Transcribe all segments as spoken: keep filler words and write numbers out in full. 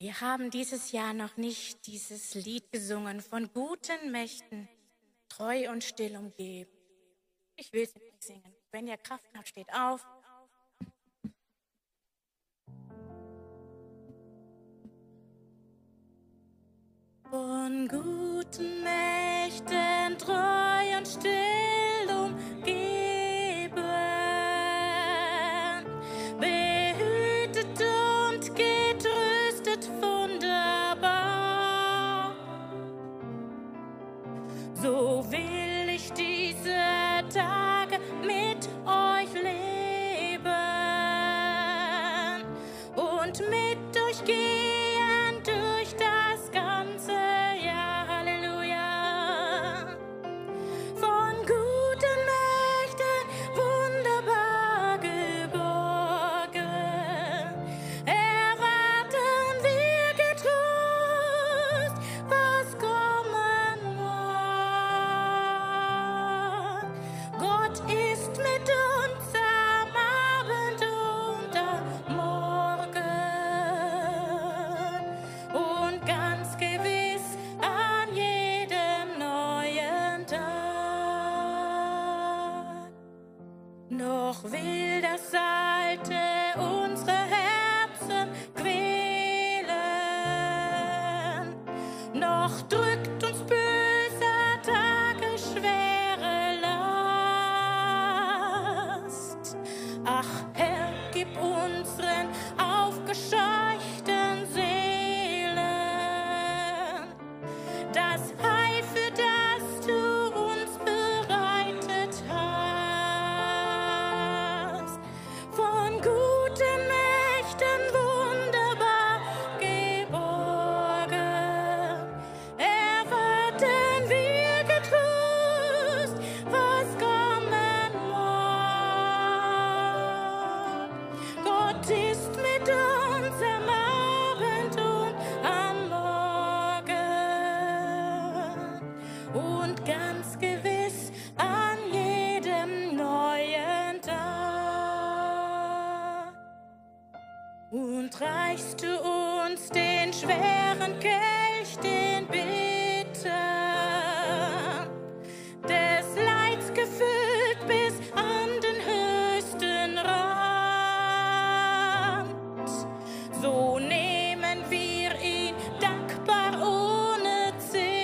Wir haben dieses Jahr noch nicht dieses Lied gesungen, von guten Mächten, treu und still umgeben. Ich will es nicht singen. Wenn ihr Kraft habt, steht auf. Von guten Mächten, treu und still umgeben, behütet und getröstet wunderbar. So will ich diese Tage mit euch leben und mit euch gehen durch das ganze Jahr. Halleluja. Von guten Mächten wunderbar geborgen, erwarten wir getrost, was kommen mag. Gott ist mit uns am Abend und am Morgen und ganz gewiss an jedem neuen Tag. Noch will das Alte unsere Herzen quälen, noch drückt uns böser Tage schwere Last. Ach Herr, gib unseren aufgescheuchten Seelen das Heil, für das du uns bereitet hast. Von guten Mächten wunderbar geborgen, erwarten wir getrost, was kommen mag. Gott ist mit uns am Abend und am Morgen und ganz gewiss an jedem neuen Tag. Und reichst du uns den schweren Kelch, den bitter, des Leids gefüllt bis an den höchsten Rand, so nehmen wir ihn dankbar ohne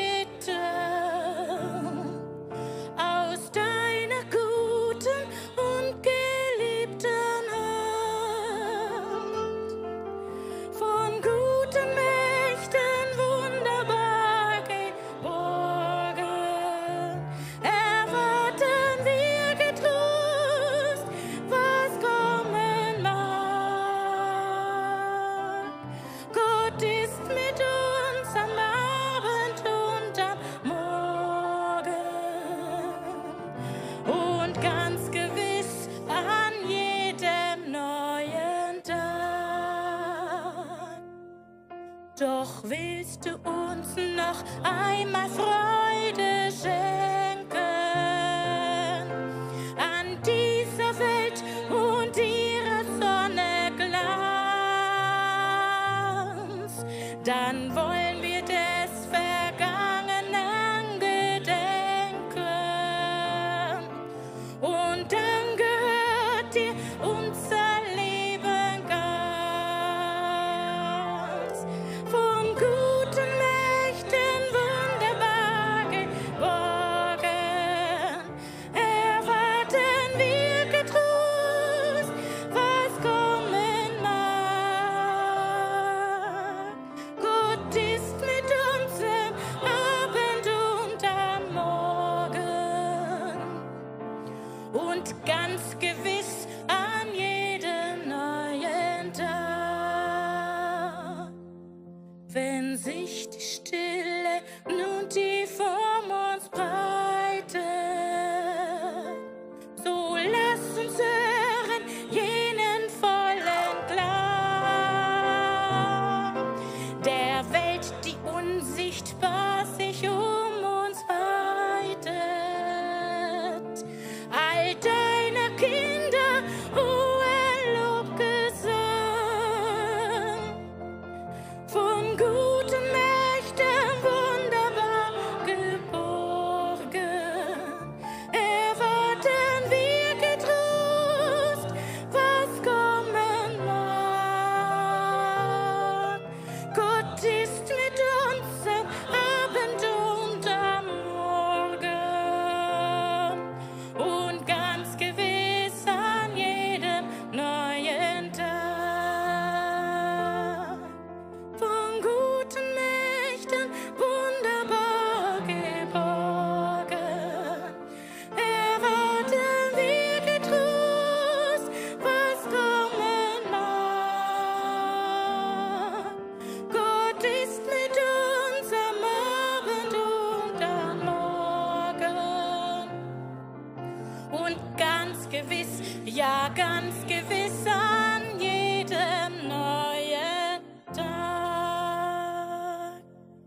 Zittern aus deiner guten und geliebten Hand. Von guten Mächten wunderbar geborgen, erwarten wir getrost, was kommen mag. Gott ist mit uns am Abend und am Morgen und ganz gewiss an jedem neuen Tag. Doch willst du uns noch einmal Freude schenken an dieser Welt und ihrer Sonne Glanz, dann wollen wir des Vergangenen gedenken und dann gehört dir unser Leben ganz. Von guten Mächten wunderbar geborgen, erwarten wir getrost, was kommen mag. Gott ist mit uns am Abend und am Morgen und ganz gewiss an jedem neuen Tag. Wenn sich die Stille nun tief um uns breitet, so lass uns hören jenen vollen Klang der Welt, die unsichtbar sich um uns weitet. All deine Kinder, hohe Lobgesang. Von ja ganz gewiss an jedem neuen Tag.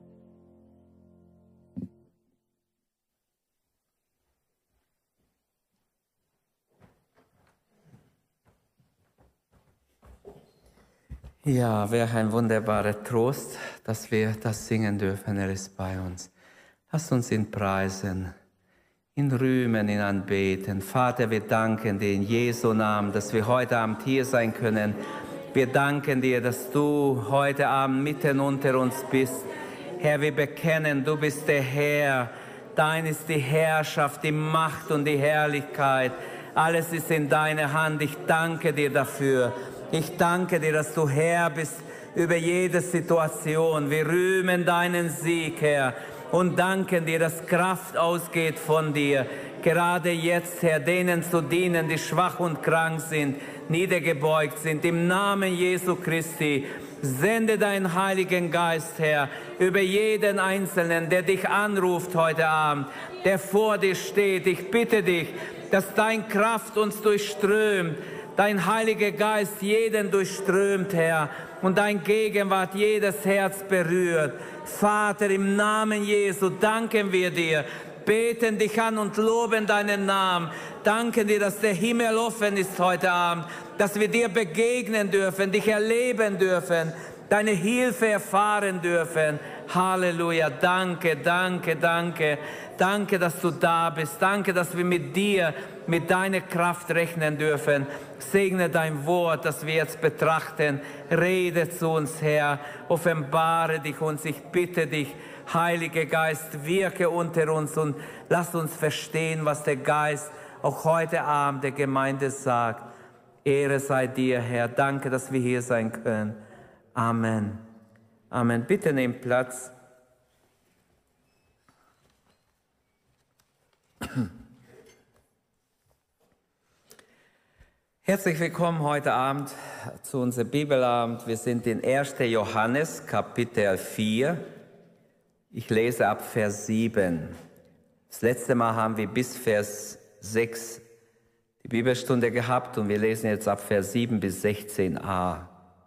Ja, welch ein wunderbarer Trost, dass wir das singen dürfen. Er ist bei uns. Lass uns ihn preisen, ihn rühmen, ihn anbeten. Vater, wir danken dir in Jesu Namen, dass wir heute Abend hier sein können. Wir danken dir, dass du heute Abend mitten unter uns bist. Herr, wir bekennen, du bist der Herr. Dein ist die Herrschaft, die Macht und die Herrlichkeit. Alles ist in deiner Hand. Ich danke dir dafür. Ich danke dir, dass du Herr bist über jede Situation. Wir rühmen deinen Sieg, Herr, und danken dir, dass Kraft ausgeht von dir. Gerade jetzt, Herr, denen zu dienen, die schwach und krank sind, niedergebeugt sind. Im Namen Jesu Christi, sende deinen Heiligen Geist, Herr, über jeden Einzelnen, der dich anruft heute Abend, der vor dir steht. Ich bitte dich, dass deine Kraft uns durchströmt, dein Heiliger Geist jeden durchströmt, Herr, und dein Gegenwart jedes Herz berührt. Vater, im Namen Jesu danken wir dir, beten dich an und loben deinen Namen. Danken dir, dass der Himmel offen ist heute Abend, dass wir dir begegnen dürfen, dich erleben dürfen, deine Hilfe erfahren dürfen. Halleluja, danke, danke, danke. Danke, dass du da bist. Danke, dass wir mit dir, mit deiner Kraft rechnen dürfen. Segne dein Wort, das wir jetzt betrachten. Rede zu uns, Herr. Offenbare dich uns. Ich bitte dich, Heiliger Geist, wirke unter uns und lass uns verstehen, was der Geist auch heute Abend der Gemeinde sagt. Ehre sei dir, Herr. Danke, dass wir hier sein können. Amen. Amen. Bitte nehmt Platz. Herzlich willkommen heute Abend zu unserem Bibelabend. Wir sind in erster Johannes, Kapitel vier. Ich lese ab Vers sieben. Das letzte Mal haben wir bis Vers sechs die Bibelstunde gehabt und wir lesen jetzt ab Vers sieben bis sechzehn a.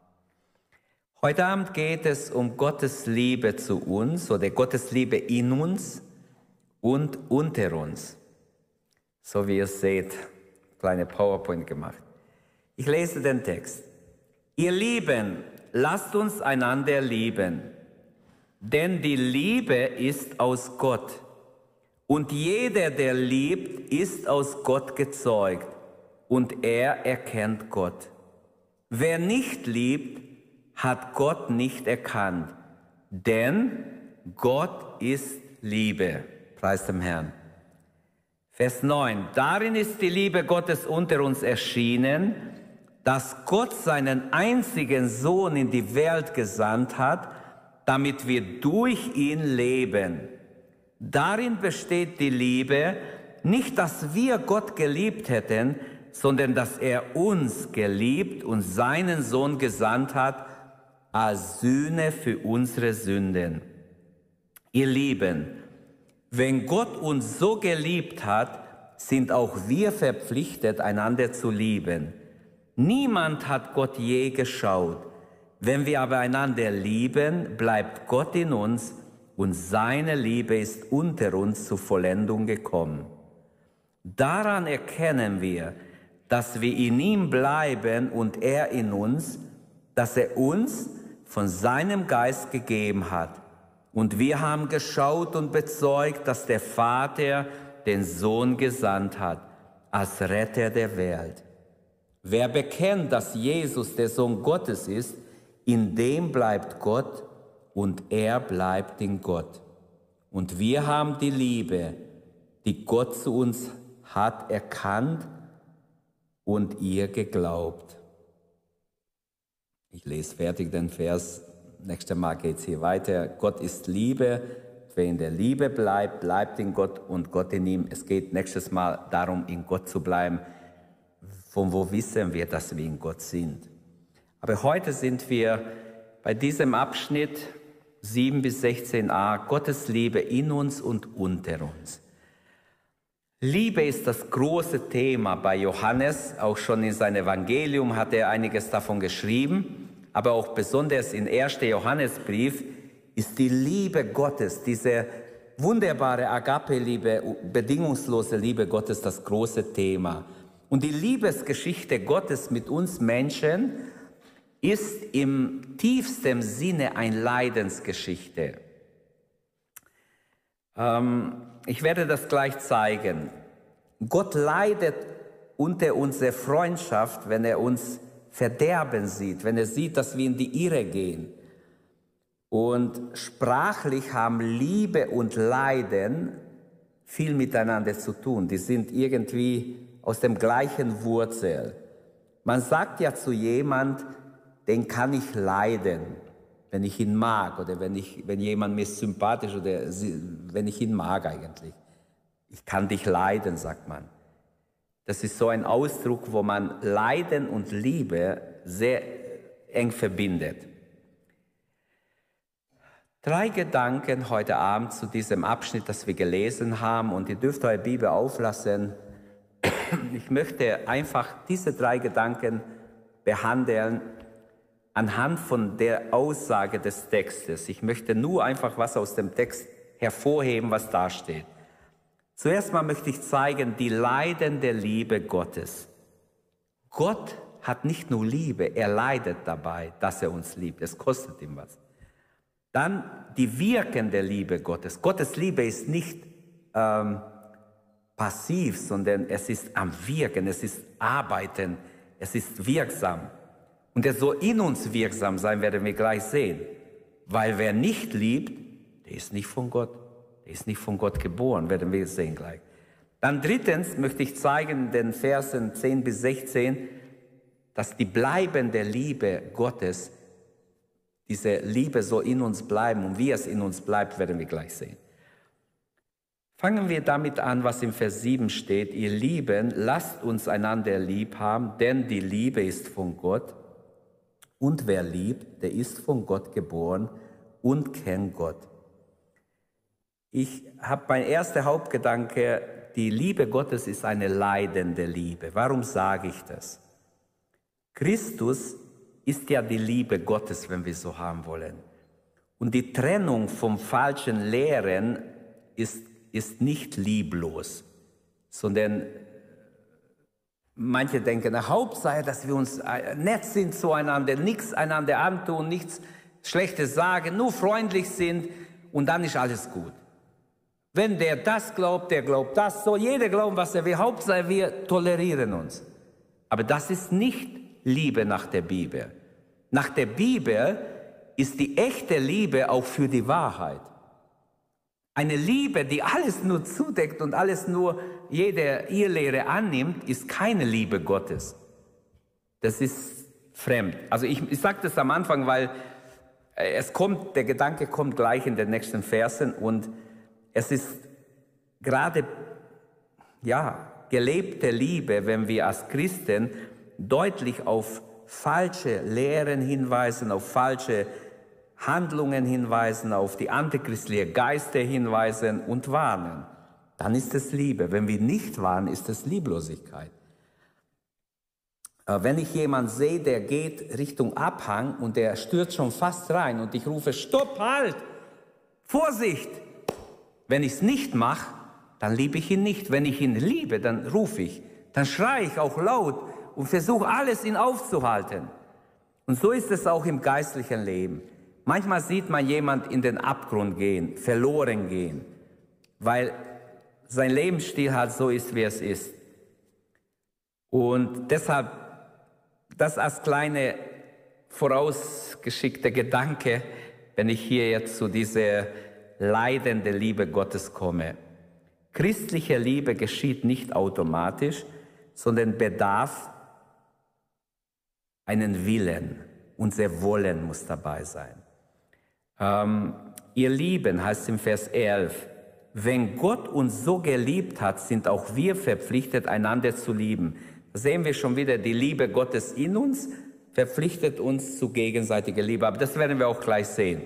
Heute Abend geht es um Gottes Liebe zu uns oder Gottes Liebe in uns und unter uns. So wie ihr seht, kleine PowerPoint gemacht. Ich lese den Text. Ihr Lieben, lasst uns einander lieben, denn die Liebe ist aus Gott. Und jeder, der liebt, ist aus Gott gezeugt und er erkennt Gott. Wer nicht liebt, hat Gott nicht erkannt, denn Gott ist Liebe. Preis dem Herrn. Vers neun. Darin ist die Liebe Gottes unter uns erschienen, dass Gott seinen einzigen Sohn in die Welt gesandt hat, damit wir durch ihn leben. Darin besteht die Liebe, nicht, dass wir Gott geliebt hätten, sondern dass er uns geliebt und seinen Sohn gesandt hat, als Sühne für unsere Sünden. Ihr Lieben, wenn Gott uns so geliebt hat, sind auch wir verpflichtet, einander zu lieben. Niemand hat Gott je geschaut. Wenn wir aber einander lieben, bleibt Gott in uns und seine Liebe ist unter uns zur Vollendung gekommen. Daran erkennen wir, dass wir in ihm bleiben und er in uns, dass er uns von seinem Geist gegeben hat. Und wir haben geschaut und bezeugt, dass der Vater den Sohn gesandt hat, als Retter der Welt. Wer bekennt, dass Jesus der Sohn Gottes ist, in dem bleibt Gott und er bleibt in Gott. Und wir haben die Liebe, die Gott zu uns hat, erkannt und ihr geglaubt. Ich lese fertig den Vers. Nächstes Mal geht es hier weiter. Gott ist Liebe. Wer in der Liebe bleibt, bleibt in Gott und Gott in ihm. Es geht nächstes Mal darum, in Gott zu bleiben. Von wo wissen wir, dass wir in Gott sind? Aber heute sind wir bei diesem Abschnitt sieben bis sechzehn a, Gottes Liebe in uns und unter uns. Liebe ist das große Thema bei Johannes. Auch schon in seinem Evangelium hat er einiges davon geschrieben. Aber auch besonders in ersten Johannesbrief ist die Liebe Gottes, diese wunderbare Agape-Liebe, bedingungslose Liebe Gottes, das große Thema. Und die Liebesgeschichte Gottes mit uns Menschen ist im tiefsten Sinne eine Leidensgeschichte. Ähm, ich werde das gleich zeigen. Gott leidet unter unserer Freundschaft, wenn er uns verderben sieht, wenn er sieht, dass wir in die Irre gehen. Und sprachlich haben Liebe und Leiden viel miteinander zu tun. Die sind irgendwie aus dem gleichen Wurzel. Man sagt ja zu jemand, den kann ich leiden, wenn ich ihn mag oder wenn, ich, wenn jemand mir sympathisch oder wenn ich ihn mag eigentlich. Ich kann dich leiden, sagt man. Das ist so ein Ausdruck, wo man Leiden und Liebe sehr eng verbindet. Drei Gedanken heute Abend zu diesem Abschnitt, das wir gelesen haben, und ihr dürft eure Bibel auflassen. Ich möchte einfach diese drei Gedanken behandeln anhand von der Aussage des Textes. Ich möchte nur einfach was aus dem Text hervorheben, was da steht. Zuerst mal möchte ich zeigen, die leidende Liebe Gottes. Gott hat nicht nur Liebe, er leidet dabei, dass er uns liebt. Es kostet ihm was. Dann die wirkende Liebe Gottes. Gottes Liebe ist nicht ähm, passiv, sondern es ist am Wirken, es ist arbeiten, es ist wirksam. Und er soll in uns wirksam sein, werden wir gleich sehen. Weil wer nicht liebt, der ist nicht von Gott. Der ist nicht von Gott geboren, werden wir sehen gleich. Dann drittens möchte ich zeigen in den Versen zehn bis sechzehn, dass die bleibende Liebe Gottes, diese Liebe soll in uns bleiben und wie es in uns bleibt, werden wir gleich sehen. Fangen wir damit an, was im Vers sieben steht. Ihr Lieben, lasst uns einander lieb haben, denn die Liebe ist von Gott. Und wer liebt, der ist von Gott geboren und kennt Gott. Ich habe mein erster Hauptgedanke, die Liebe Gottes ist eine leidende Liebe. Warum sage ich das? Christus ist ja die Liebe Gottes, wenn wir so haben wollen. Und die Trennung vom falschen Lehren ist, ist nicht lieblos, sondern manche denken, na, Hauptsache, dass wir uns nett sind zueinander, nichts einander antun, nichts Schlechtes sagen, nur freundlich sind und dann ist alles gut. Wenn der das glaubt, der glaubt das, so jeder glaubt, was er will, Hauptsache wir tolerieren uns. Aber das ist nicht Liebe nach der Bibel. Nach der Bibel ist die echte Liebe auch für die Wahrheit. Eine Liebe, die alles nur zudeckt und alles nur jede Irrlehre annimmt, ist keine Liebe Gottes. Das ist fremd. Also ich, ich sage das am Anfang, weil es kommt, der Gedanke kommt gleich in den nächsten Versen und es ist gerade, ja, gelebte Liebe, wenn wir als Christen deutlich auf falsche Lehren hinweisen, auf falsche Handlungen hinweisen, auf die antichristliche Geister hinweisen und warnen. Dann ist es Liebe. Wenn wir nicht warnen, ist es Lieblosigkeit. Wenn ich jemanden sehe, der geht Richtung Abhang und der stürzt schon fast rein und ich rufe, Stopp, halt, Vorsicht! Wenn ich es nicht mache, dann liebe ich ihn nicht. Wenn ich ihn liebe, dann rufe ich, dann schreie ich auch laut und versuche alles, ihn aufzuhalten. Und so ist es auch im geistlichen Leben. Manchmal sieht man jemand in den Abgrund gehen, verloren gehen, weil sein Lebensstil halt so ist, wie es ist. Und deshalb, das als kleine vorausgeschickte Gedanke, wenn ich hier jetzt zu dieser leidenden Liebe Gottes komme. Christliche Liebe geschieht nicht automatisch, sondern bedarf einen Willen. Unser Wollen muss dabei sein. Ähm, ihr Lieben, heißt im Vers elf, wenn Gott uns so geliebt hat, sind auch wir verpflichtet, einander zu lieben. Da sehen wir schon wieder, die Liebe Gottes in uns verpflichtet uns zu gegenseitiger Liebe. Aber das werden wir auch gleich sehen.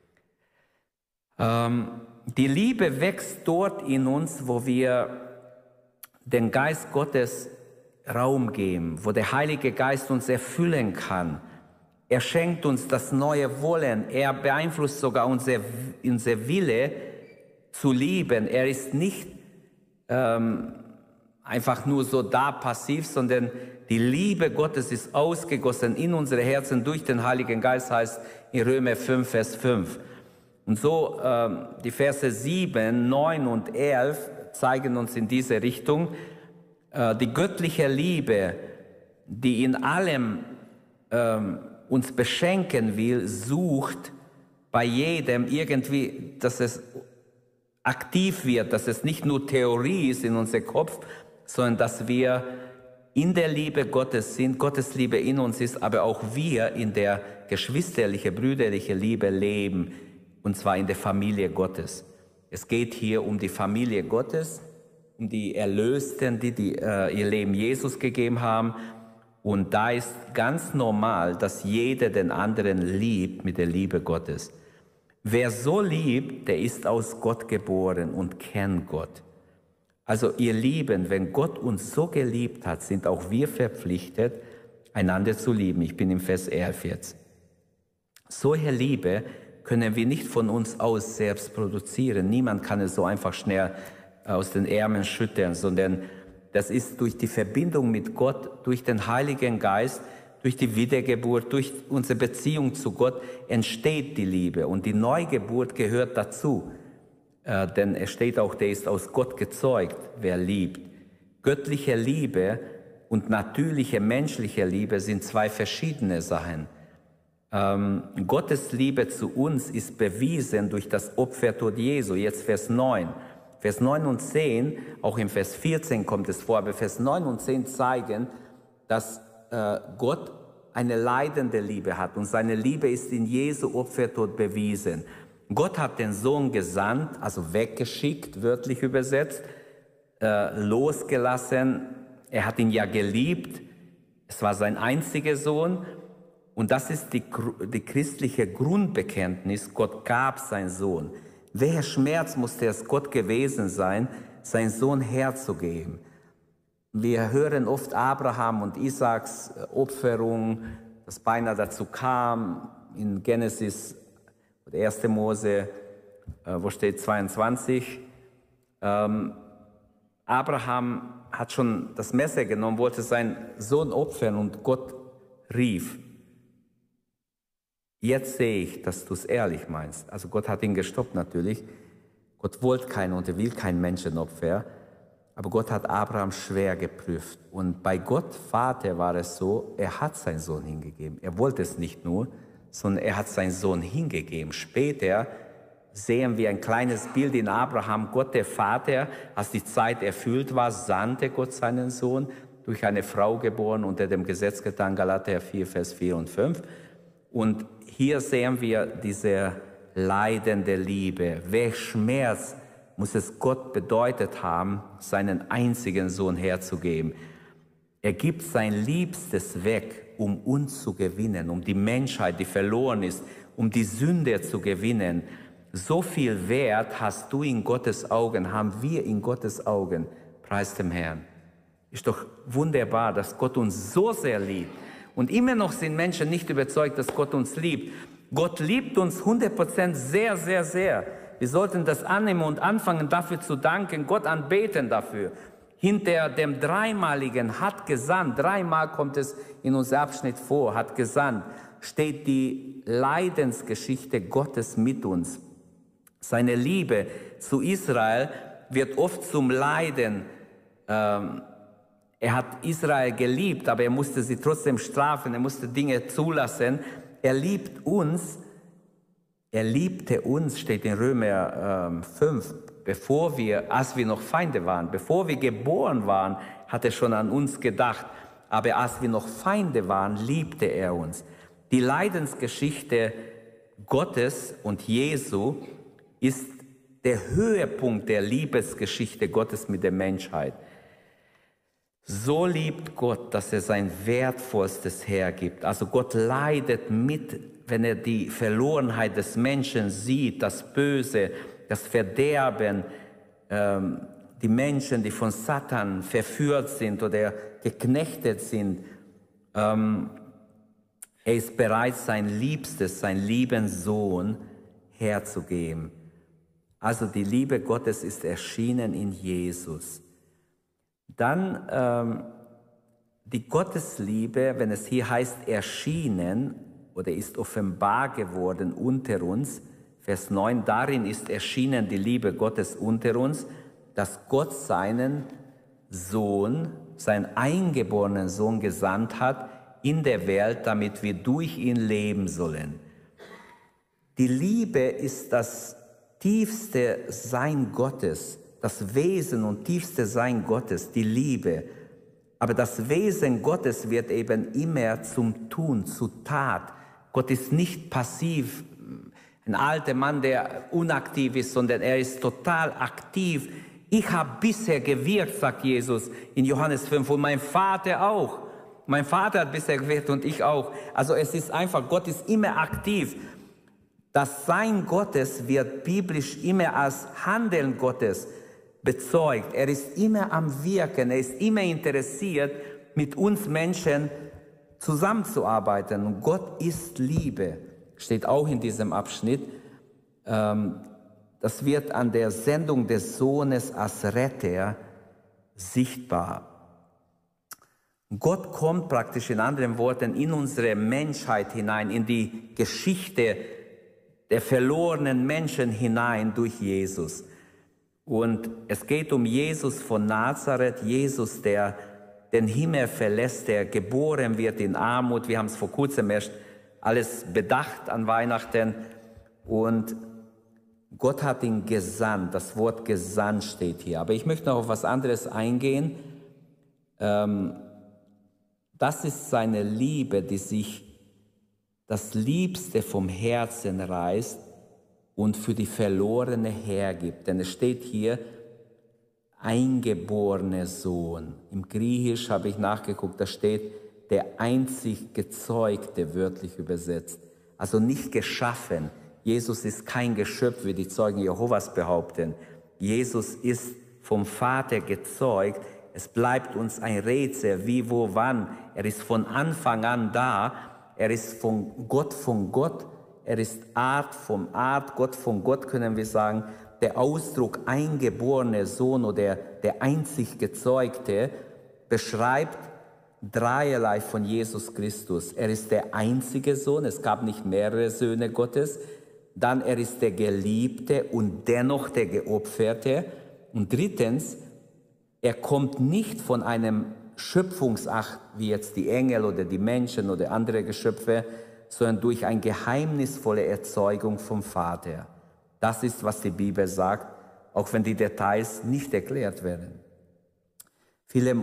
Ähm, die Liebe wächst dort in uns, wo wir den Geist Gottes Raum geben, wo der Heilige Geist uns erfüllen kann. Er schenkt uns das neue Wollen. Er beeinflusst sogar unser, unser Wille zu lieben. Er ist nicht ähm, einfach nur so da passiv, sondern die Liebe Gottes ist ausgegossen in unsere Herzen durch den Heiligen Geist, heißt in Römer fünf, Vers fünf. Und so ähm, die Verse sieben, neun und elf zeigen uns in diese Richtung, äh, die göttliche Liebe, die in allem ähm, uns beschenken will, sucht bei jedem irgendwie, dass es aktiv wird, dass es nicht nur Theorie ist in unserem Kopf, sondern dass wir in der Liebe Gottes sind, Gottes Liebe in uns ist, aber auch wir in der geschwisterlichen, brüderlichen Liebe leben, und zwar in der Familie Gottes. Es geht hier um die Familie Gottes, um die Erlösten, die, die äh, ihr Leben Jesus gegeben haben. Und da ist ganz normal, dass jeder den anderen liebt mit der Liebe Gottes. Wer so liebt, der ist aus Gott geboren und kennt Gott. Also ihr Lieben, wenn Gott uns so geliebt hat, sind auch wir verpflichtet, einander zu lieben. Ich bin im Vers elf jetzt. Solche Liebe können wir nicht von uns aus selbst produzieren. Niemand kann es so einfach schnell aus den Ärmeln schütteln, sondern das ist durch die Verbindung mit Gott, durch den Heiligen Geist, durch die Wiedergeburt, durch unsere Beziehung zu Gott entsteht die Liebe. Und die Neugeburt gehört dazu. Äh, denn es steht auch, der ist aus Gott gezeugt, wer liebt. Göttliche Liebe und natürliche menschliche Liebe sind zwei verschiedene Sachen. Ähm, Gottes Liebe zu uns ist bewiesen durch das Opfertod Jesu. Jetzt Vers neun. Vers neun und zehn, auch im Vers vierzehn kommt es vor, aber Vers neun und zehn zeigen, dass äh, Gott eine leidende Liebe hat und seine Liebe ist in Jesu Opfertod bewiesen. Gott hat den Sohn gesandt, also weggeschickt, wörtlich übersetzt, äh, losgelassen. Er hat ihn ja geliebt. Es war sein einziger Sohn. Und das ist die, die christliche Grundbekenntnis. Gott gab seinen Sohn. Welcher Schmerz musste es Gott gewesen sein, seinen Sohn herzugeben? Wir hören oft Abraham und Isaaks Opferung, das beinahe dazu kam, in Genesis, oder erste Mose, wo steht zweiundzwanzig. Ähm, Abraham hat schon das Messer genommen, wollte seinen Sohn opfern und Gott rief: Jetzt sehe ich, dass du es ehrlich meinst. Also Gott hat ihn gestoppt natürlich. Gott wollte keinen und er will kein Menschenopfer. Aber Gott hat Abraham schwer geprüft. Und bei Gott Vater war es so, er hat seinen Sohn hingegeben. Er wollte es nicht nur, sondern er hat seinen Sohn hingegeben. Später sehen wir ein kleines Bild in Abraham. Gott der Vater, als die Zeit erfüllt war, sandte Gott seinen Sohn, durch eine Frau geboren, unter dem Gesetz getan, Galater vier, Vers vier und fünf. Und hier sehen wir diese leidende Liebe. Welch Schmerz muss es Gott bedeutet haben, seinen einzigen Sohn herzugeben. Er gibt sein Liebstes weg, um uns zu gewinnen, um die Menschheit, die verloren ist, um die Sünde zu gewinnen. So viel Wert hast du in Gottes Augen, haben wir in Gottes Augen, preis dem Herrn. Ist doch wunderbar, dass Gott uns so sehr liebt. Und immer noch sind Menschen nicht überzeugt, dass Gott uns liebt. Gott liebt uns hundert Prozent sehr, sehr, sehr. Wir sollten das annehmen und anfangen, dafür zu danken, Gott anbeten dafür. Hinter dem Dreimaligen hat gesandt, dreimal kommt es in unserem Abschnitt vor, hat gesandt, steht die Leidensgeschichte Gottes mit uns. Seine Liebe zu Israel wird oft zum Leiden. Ähm, er hat Israel geliebt, aber er musste sie trotzdem strafen, er musste Dinge zulassen. Er liebt uns. Er liebte uns, steht in Römer ähm, fünf, bevor wir, als wir noch Feinde waren, bevor wir geboren waren, hat er schon an uns gedacht. Aber als wir noch Feinde waren, liebte er uns. Die Leidensgeschichte Gottes und Jesu ist der Höhepunkt der Liebesgeschichte Gottes mit der Menschheit. So liebt Gott, dass er sein Wertvollstes hergibt. Also Gott leidet mit, wenn er die Verlorenheit des Menschen sieht, das Böse, das Verderben, ähm, die Menschen, die von Satan verführt sind oder geknechtet sind, ähm, er ist bereit, sein Liebstes, seinen lieben Sohn herzugeben. Also die Liebe Gottes ist erschienen in Jesus. Dann ähm, die Gottesliebe, wenn es hier heißt erschienen oder ist offenbar geworden unter uns, Vers neun, darin ist erschienen die Liebe Gottes unter uns, dass Gott seinen Sohn, seinen eingeborenen Sohn gesandt hat in der Welt, damit wir durch ihn leben sollen. Die Liebe ist das tiefste Sein Gottes, das Wesen und tiefste Sein Gottes, die Liebe. Aber das Wesen Gottes wird eben immer zum Tun, zu Tat. Gott ist nicht passiv, ein alter Mann, der unaktiv ist, sondern er ist total aktiv. Ich habe bisher gewirkt, sagt Jesus in Johannes fünf, und mein Vater auch. Mein Vater hat bisher gewirkt und ich auch. Also es ist einfach, Gott ist immer aktiv. Das Sein Gottes wird biblisch immer als Handeln Gottes bezeugt. Er ist immer am Wirken, er ist immer interessiert, mit uns Menschen zusammenzuarbeiten. Und Gott ist Liebe, steht auch in diesem Abschnitt. Das wird an der Sendung des Sohnes als Retter sichtbar. Gott kommt praktisch in anderen Worten in unsere Menschheit hinein, in die Geschichte der verlorenen Menschen hinein durch Jesus. Und es geht um Jesus von Nazareth, Jesus, der den Himmel verlässt, der geboren wird in Armut. Wir haben es vor kurzem erst alles bedacht an Weihnachten. Und Gott hat ihn gesandt. Das Wort gesandt steht hier. Aber ich möchte noch auf was anderes eingehen. Ähm, das ist seine Liebe, die sich das Liebste vom Herzen reißt und für die Verlorene hergibt. Denn es steht hier, eingeborene Sohn. Im Griechisch habe ich nachgeguckt, da steht, der einzig Gezeugte, wörtlich übersetzt. Also nicht geschaffen. Jesus ist kein Geschöpf, wie die Zeugen Jehovas behaupten. Jesus ist vom Vater gezeugt. Es bleibt uns ein Rätsel, wie, wo, wann. Er ist von Anfang an da. Er ist von Gott von Gott. Er ist Art vom Art. Gott von Gott, können wir sagen. Der Ausdruck eingeborene Sohn oder der einzig Gezeugte beschreibt dreierlei von Jesus Christus. Er ist der einzige Sohn. Es gab nicht mehrere Söhne Gottes. Dann er ist der Geliebte und dennoch der Geopferte. Und drittens, er kommt nicht von einem Schöpfungsakt, wie jetzt die Engel oder die Menschen oder andere Geschöpfe, sondern durch eine geheimnisvolle Erzeugung vom Vater. Das ist, was die Bibel sagt, auch wenn die Details nicht erklärt werden. Viele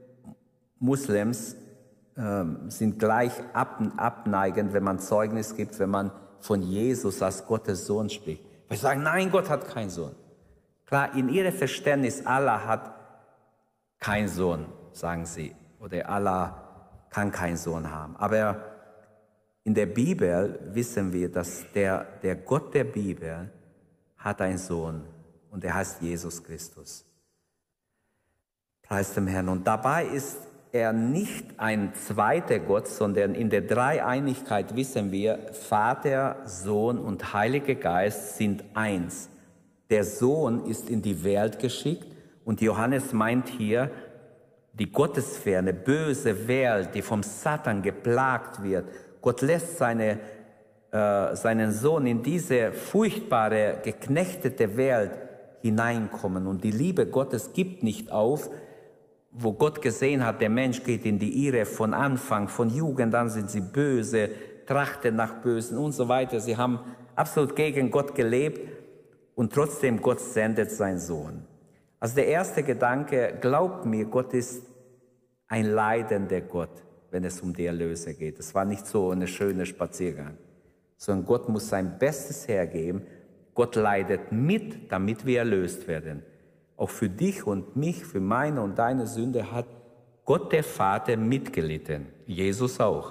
Muslims äh, sind gleich ab, abneigend, wenn man Zeugnis gibt, wenn man von Jesus als Gottes Sohn spricht. Wir sagen, nein, Gott hat keinen Sohn. Klar, in ihrem Verständnis, Allah hat keinen Sohn, sagen sie. Oder Allah kann keinen Sohn haben. Aber in der Bibel wissen wir, dass der, der Gott der Bibel hat einen Sohn und er heißt Jesus Christus. Preis dem Herrn. Und dabei ist er nicht ein zweiter Gott, sondern in der Dreieinigkeit wissen wir, Vater, Sohn und Heiliger Geist sind eins. Der Sohn ist in die Welt geschickt und Johannes meint hier die gottesferne, böse Welt, die vom Satan geplagt wird. Gott lässt seine, äh, seinen Sohn in diese furchtbare, geknechtete Welt hineinkommen. Und die Liebe Gottes gibt nicht auf, wo Gott gesehen hat, der Mensch geht in die Irre von Anfang, von Jugend an sind sie böse, trachten nach Bösen und so weiter. Sie haben absolut gegen Gott gelebt und trotzdem Gott sendet seinen Sohn. Also der erste Gedanke, glaubt mir, Gott ist ein leidender Gott, wenn es um die Erlöse geht. Es war nicht so eine schöne Spaziergang, sondern Gott muss sein Bestes hergeben. Gott leidet mit, damit wir erlöst werden. Auch für dich und mich, für meine und deine Sünde hat Gott der Vater mitgelitten. Jesus auch.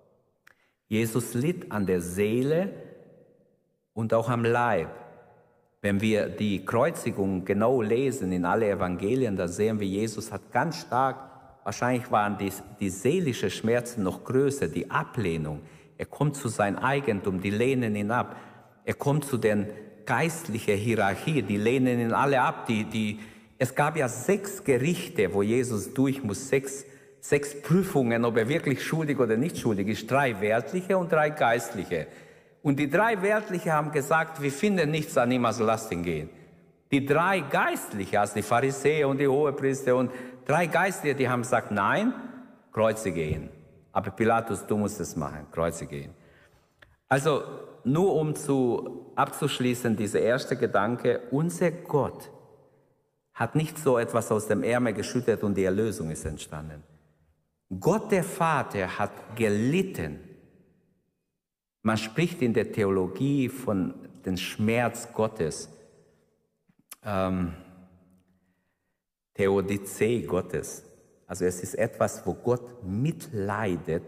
Jesus litt an der Seele und auch am Leib. Wenn wir die Kreuzigung genau lesen in alle Evangelien, da sehen wir, Jesus hat ganz stark, wahrscheinlich waren die, die seelischen Schmerzen noch größer, die Ablehnung. Er kommt zu seinem Eigentum, die lehnen ihn ab. Er kommt zu den geistlichen Hierarchie, die lehnen ihn alle ab. Die, die, es gab ja sechs Gerichte, wo Jesus durch muss, sechs, sechs Prüfungen, ob er wirklich schuldig oder nicht schuldig ist, drei weltliche und drei geistliche. Und die drei Weltliche haben gesagt, wir finden nichts an ihm, also lasst ihn gehen. Die drei Geistliche, also die Pharisäer und die Hohepriester und drei Geistliche, die haben gesagt, nein, kreuzige ihn. Aber Pilatus, du musst es machen, kreuzige ihn. Also nur um zu, abzuschließen, dieser erste Gedanke, unser Gott hat nicht so etwas aus dem Ärmel geschüttet und die Erlösung ist entstanden. Gott der Vater hat gelitten. Man spricht in der Theologie von dem Schmerz Gottes, ähm, Theodizee Gottes. Also es ist etwas, wo Gott mitleidet,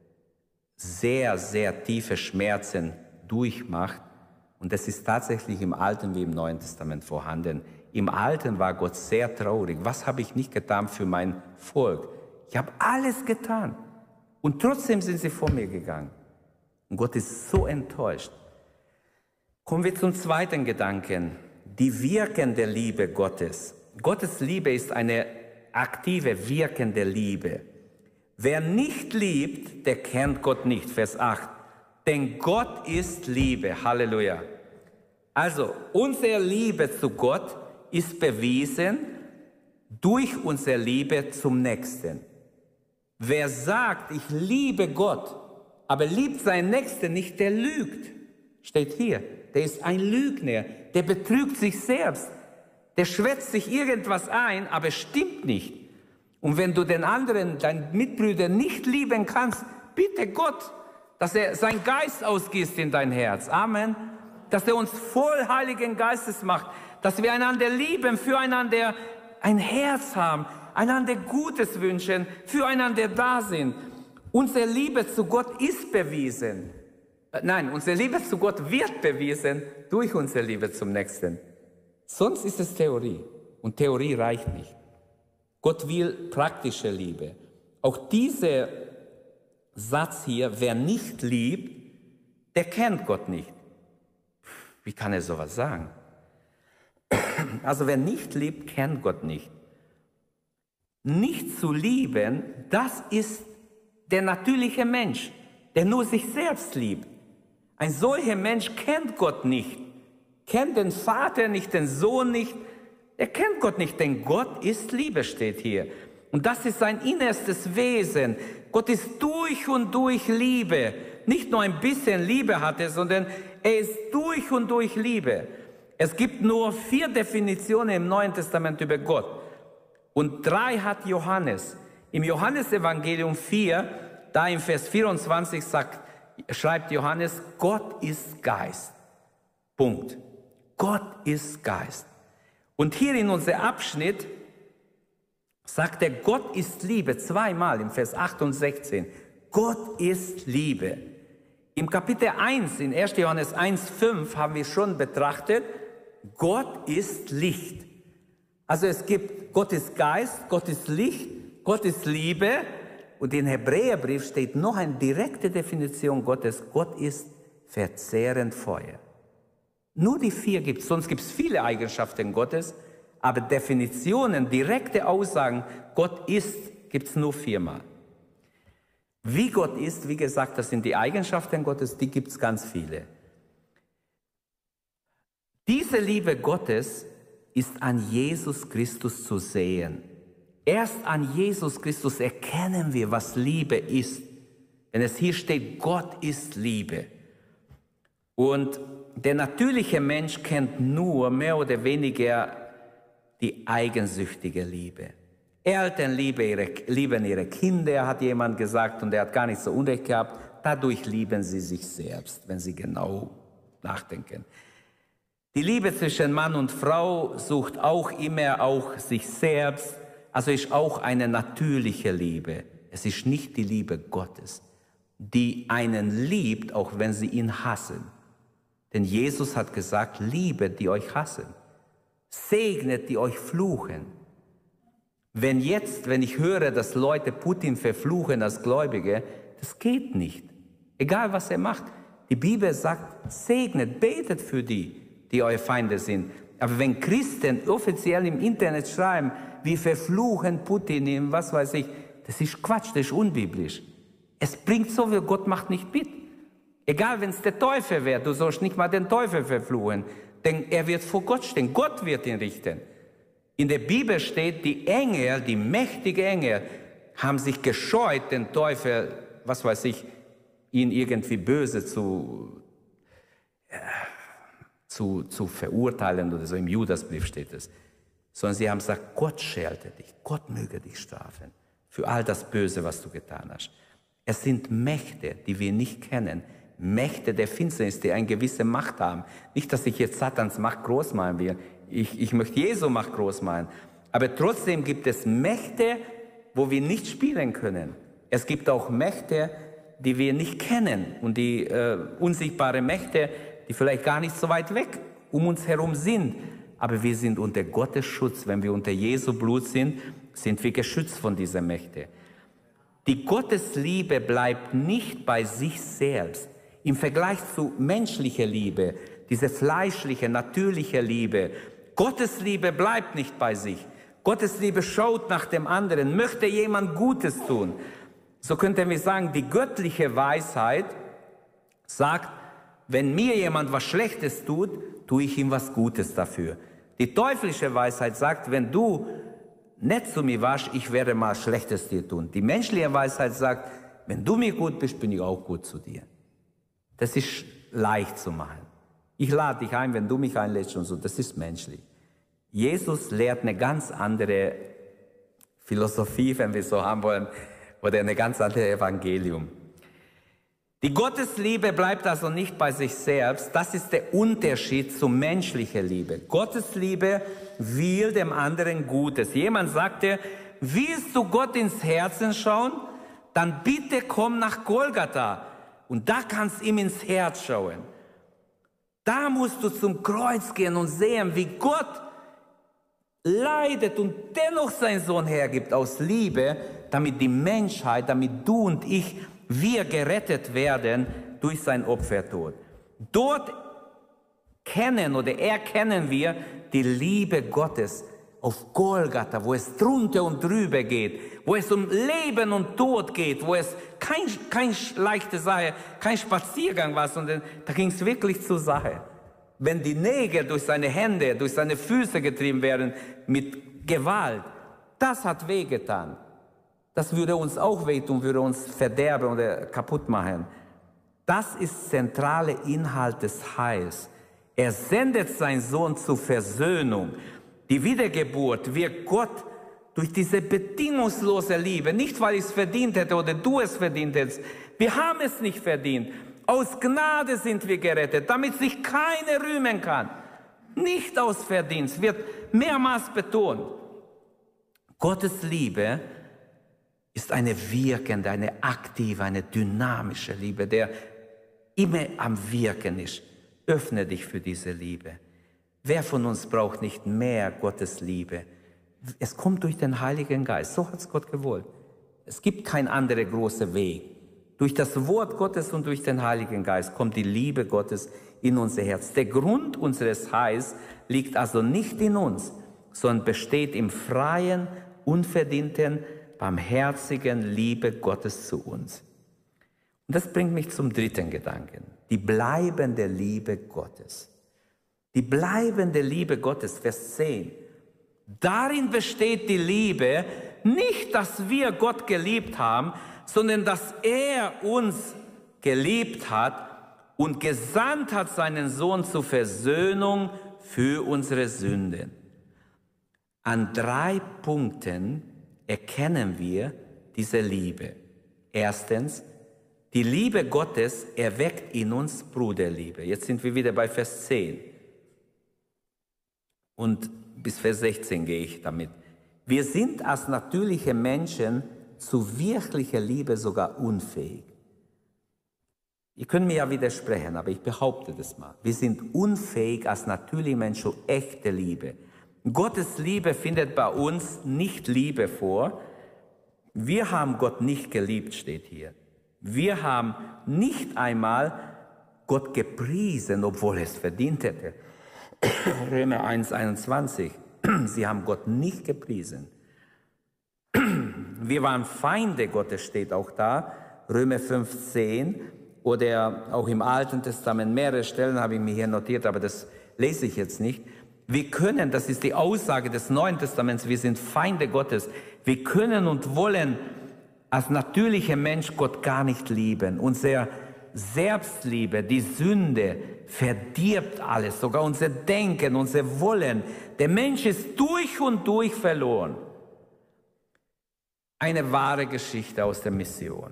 sehr, sehr tiefe Schmerzen durchmacht. Und das ist tatsächlich im Alten wie im Neuen Testament vorhanden. Im Alten war Gott sehr traurig. Was habe ich nicht getan für mein Volk? Ich habe alles getan. Und trotzdem sind sie vor mir gegangen. Und Gott ist so enttäuscht. Kommen wir zum zweiten Gedanken. Die wirkende Liebe Gottes. Gottes Liebe ist eine aktive, wirkende Liebe. Wer nicht liebt, der kennt Gott nicht. Vers acht. Denn Gott ist Liebe. Halleluja. Also, unsere Liebe zu Gott ist bewiesen durch unsere Liebe zum Nächsten. Wer sagt, ich liebe Gott, aber liebt seinen Nächsten nicht, der lügt. Steht hier. Der ist ein Lügner. Der betrügt sich selbst. Der schwätzt sich irgendwas ein, aber stimmt nicht. Und wenn du den anderen, deinen Mitbrüder nicht lieben kannst, bitte Gott, dass er seinen Geist ausgießt in dein Herz. Amen. Dass er uns voll Heiligen Geistes macht. Dass wir einander lieben, füreinander ein Herz haben, einander Gutes wünschen, füreinander da sind. Unsere Liebe zu Gott ist bewiesen. Nein, unsere Liebe zu Gott wird bewiesen durch unsere Liebe zum Nächsten. Sonst ist es Theorie. Und Theorie reicht nicht. Gott will praktische Liebe. Auch dieser Satz hier, wer nicht liebt, der kennt Gott nicht. Wie kann er sowas sagen? Also wer nicht liebt, kennt Gott nicht. Nicht zu lieben, das ist der natürliche Mensch, der nur sich selbst liebt. Ein solcher Mensch kennt Gott nicht, kennt den Vater nicht, den Sohn nicht. Er kennt Gott nicht, denn Gott ist Liebe, steht hier. Und das ist sein innerstes Wesen. Gott ist durch und durch Liebe. Nicht nur ein bisschen Liebe hat er, sondern er ist durch und durch Liebe. Es gibt nur vier Definitionen im Neuen Testament über Gott. Und drei hat Johannes. Im Johannesevangelium vier, da im Vers vierundzwanzig sagt, schreibt Johannes, Gott ist Geist. Punkt. Gott ist Geist. Und hier in unserem Abschnitt sagt er, Gott ist Liebe, zweimal im Vers acht und sechzehn. Gott ist Liebe. Im Kapitel eins, in erster Johannes eins, fünf haben wir schon betrachtet, Gott ist Licht. Also es gibt, Gott ist Geist, Gott ist Licht, Gott ist Liebe. Und im Hebräerbrief steht noch eine direkte Definition Gottes, Gott ist verzehrend Feuer. Nur die vier gibt es, sonst gibt es viele Eigenschaften Gottes, aber Definitionen, direkte Aussagen, Gott ist, gibt es nur viermal. Wie Gott ist, wie gesagt, das sind die Eigenschaften Gottes, die gibt es ganz viele. Diese Liebe Gottes ist an Jesus Christus zu sehen. Erst an Jesus Christus erkennen wir, was Liebe ist. Wenn es hier steht, Gott ist Liebe. Und der natürliche Mensch kennt nur mehr oder weniger die eigensüchtige Liebe. Eltern lieben ihre, lieben ihre Kinder, hat jemand gesagt, und er hat gar nicht so Unrecht gehabt. Dadurch lieben sie sich selbst, wenn sie genau nachdenken. Die Liebe zwischen Mann und Frau sucht auch immer auch sich selbst, also ist auch eine natürliche Liebe. Es ist nicht die Liebe Gottes, die einen liebt, auch wenn sie ihn hassen. Denn Jesus hat gesagt, liebet, die euch hassen. Segnet, die euch fluchen. Wenn jetzt, wenn ich höre, dass Leute Putin verfluchen als Gläubige, das geht nicht. Egal, was er macht. Die Bibel sagt, segnet, betet für die, die eure Feinde sind. Aber wenn Christen offiziell im Internet schreiben, wir verfluchen Putin, was weiß ich, das ist Quatsch, das ist unbiblisch. Es bringt so viel, Gott macht nicht mit. Egal, wenn es der Teufel wäre, du sollst nicht mal den Teufel verfluchen, denn er wird vor Gott stehen, Gott wird ihn richten. In der Bibel steht, die Engel, die mächtigen Engel, haben sich gescheut, den Teufel, was weiß ich, ihn irgendwie böse zu, äh, zu, zu verurteilen oder so. Im Judasbrief steht es. Sondern sie haben gesagt, Gott schelte dich, Gott möge dich strafen für all das Böse, was du getan hast. Es sind Mächte, die wir nicht kennen, Mächte der Finsternis, die eine gewisse Macht haben. Nicht, dass ich jetzt Satans Macht groß machen will. Ich, ich möchte Jesu Macht groß machen. Aber trotzdem gibt es Mächte, wo wir nicht spielen können. Es gibt auch Mächte, die wir nicht kennen. Und die äh, unsichtbare Mächte, die vielleicht gar nicht so weit weg um uns herum sind. Aber wir sind unter Gottes Schutz. Wenn wir unter Jesu Blut sind, sind wir geschützt von dieser Mächte. Die Gottesliebe bleibt nicht bei sich selbst. Im Vergleich zu menschlicher Liebe, diese fleischliche, natürliche Liebe, Gottes Liebe bleibt nicht bei sich. Gottes Liebe schaut nach dem anderen, möchte jemand Gutes tun. So könnten wir sagen, die göttliche Weisheit sagt, wenn mir jemand was Schlechtes tut, tue ich ihm was Gutes dafür. Die teuflische Weisheit sagt, wenn du nett zu mir warst, ich werde mal Schlechtes dir tun. Die menschliche Weisheit sagt, wenn du mir gut bist, bin ich auch gut zu dir. Das ist leicht zu machen. Ich lade dich ein, wenn du mich einlädst und so, das ist menschlich. Jesus lehrt eine ganz andere Philosophie, wenn wir so haben wollen, oder eine ganz andere Evangelium. Die Gottesliebe bleibt also nicht bei sich selbst. Das ist der Unterschied zur menschlichen Liebe. Gottesliebe will dem anderen Gutes. Jemand sagte, willst du Gott ins Herzen schauen? Dann bitte komm nach Golgatha. Und da kannst du ihm ins Herz schauen. Da musst du zum Kreuz gehen und sehen, wie Gott leidet und dennoch seinen Sohn hergibt aus Liebe, damit die Menschheit, damit du und ich, wir gerettet werden durch sein Opfertod. Dort kennen oder erkennen wir die Liebe Gottes auf Golgatha, wo es drunter und drüber geht, wo es um Leben und Tod geht, wo es kein, kein leichte Sache, kein Spaziergang war, sondern da ging es wirklich zur Sache. Wenn die Nägel durch seine Hände, durch seine Füße getrieben werden mit Gewalt, das hat wehgetan. Das würde uns auch wehtun, würde uns verderben oder kaputt machen. Das ist zentrale Inhalt des Heils. Er sendet seinen Sohn zur Versöhnung. Die Wiedergeburt wird Gott durch diese bedingungslose Liebe, nicht weil ich es verdient hätte oder du es verdient hättest. Wir haben es nicht verdient. Aus Gnade sind wir gerettet, damit sich keiner rühmen kann. Nicht aus Verdienst, wird mehrmals betont. Gottes Liebe ist eine wirkende, eine aktive, eine dynamische Liebe, der immer am Wirken ist. Öffne dich für diese Liebe. Wer von uns braucht nicht mehr Gottes Liebe? Es kommt durch den Heiligen Geist. So hat es Gott gewollt. Es gibt keinen anderen großen Weg. Durch das Wort Gottes und durch den Heiligen Geist kommt die Liebe Gottes in unser Herz. Der Grund unseres Heils liegt also nicht in uns, sondern besteht im freien, unverdienten, barmherzigen Liebe Gottes zu uns. Und das bringt mich zum dritten Gedanken. Die bleibende Liebe Gottes. Die bleibende Liebe Gottes, Vers zehn. Darin besteht die Liebe, nicht, dass wir Gott geliebt haben, sondern dass er uns geliebt hat und gesandt hat seinen Sohn zur Versöhnung für unsere Sünden. An drei Punkten erkennen wir diese Liebe. Erstens, die Liebe Gottes erweckt in uns Bruderliebe. Jetzt sind wir wieder bei Vers zehn. Und bis Vers sechzehn gehe ich damit. Wir sind als natürliche Menschen zu wirklicher Liebe sogar unfähig. Ihr könnt mir ja widersprechen, aber ich behaupte das mal. Wir sind unfähig als natürliche Menschen echte Liebe. Gottes Liebe findet bei uns nicht Liebe vor. Wir haben Gott nicht geliebt, steht hier. Wir haben nicht einmal Gott gepriesen, obwohl er es verdient hätte. Römer eins, einundzwanzig. Sie haben Gott nicht gepriesen. Wir waren Feinde Gottes, steht auch da. Römer fünf, zehn. Oder auch im Alten Testament, mehrere Stellen habe ich mir hier notiert, aber das lese ich jetzt nicht. Wir können, das ist die Aussage des Neuen Testaments, wir sind Feinde Gottes. Wir können und wollen als natürlicher Mensch Gott gar nicht lieben. Unsere Selbstliebe, die Sünde, verdirbt alles, sogar unser Denken, unser Wollen. Der Mensch ist durch und durch verloren. Eine wahre Geschichte aus der Mission.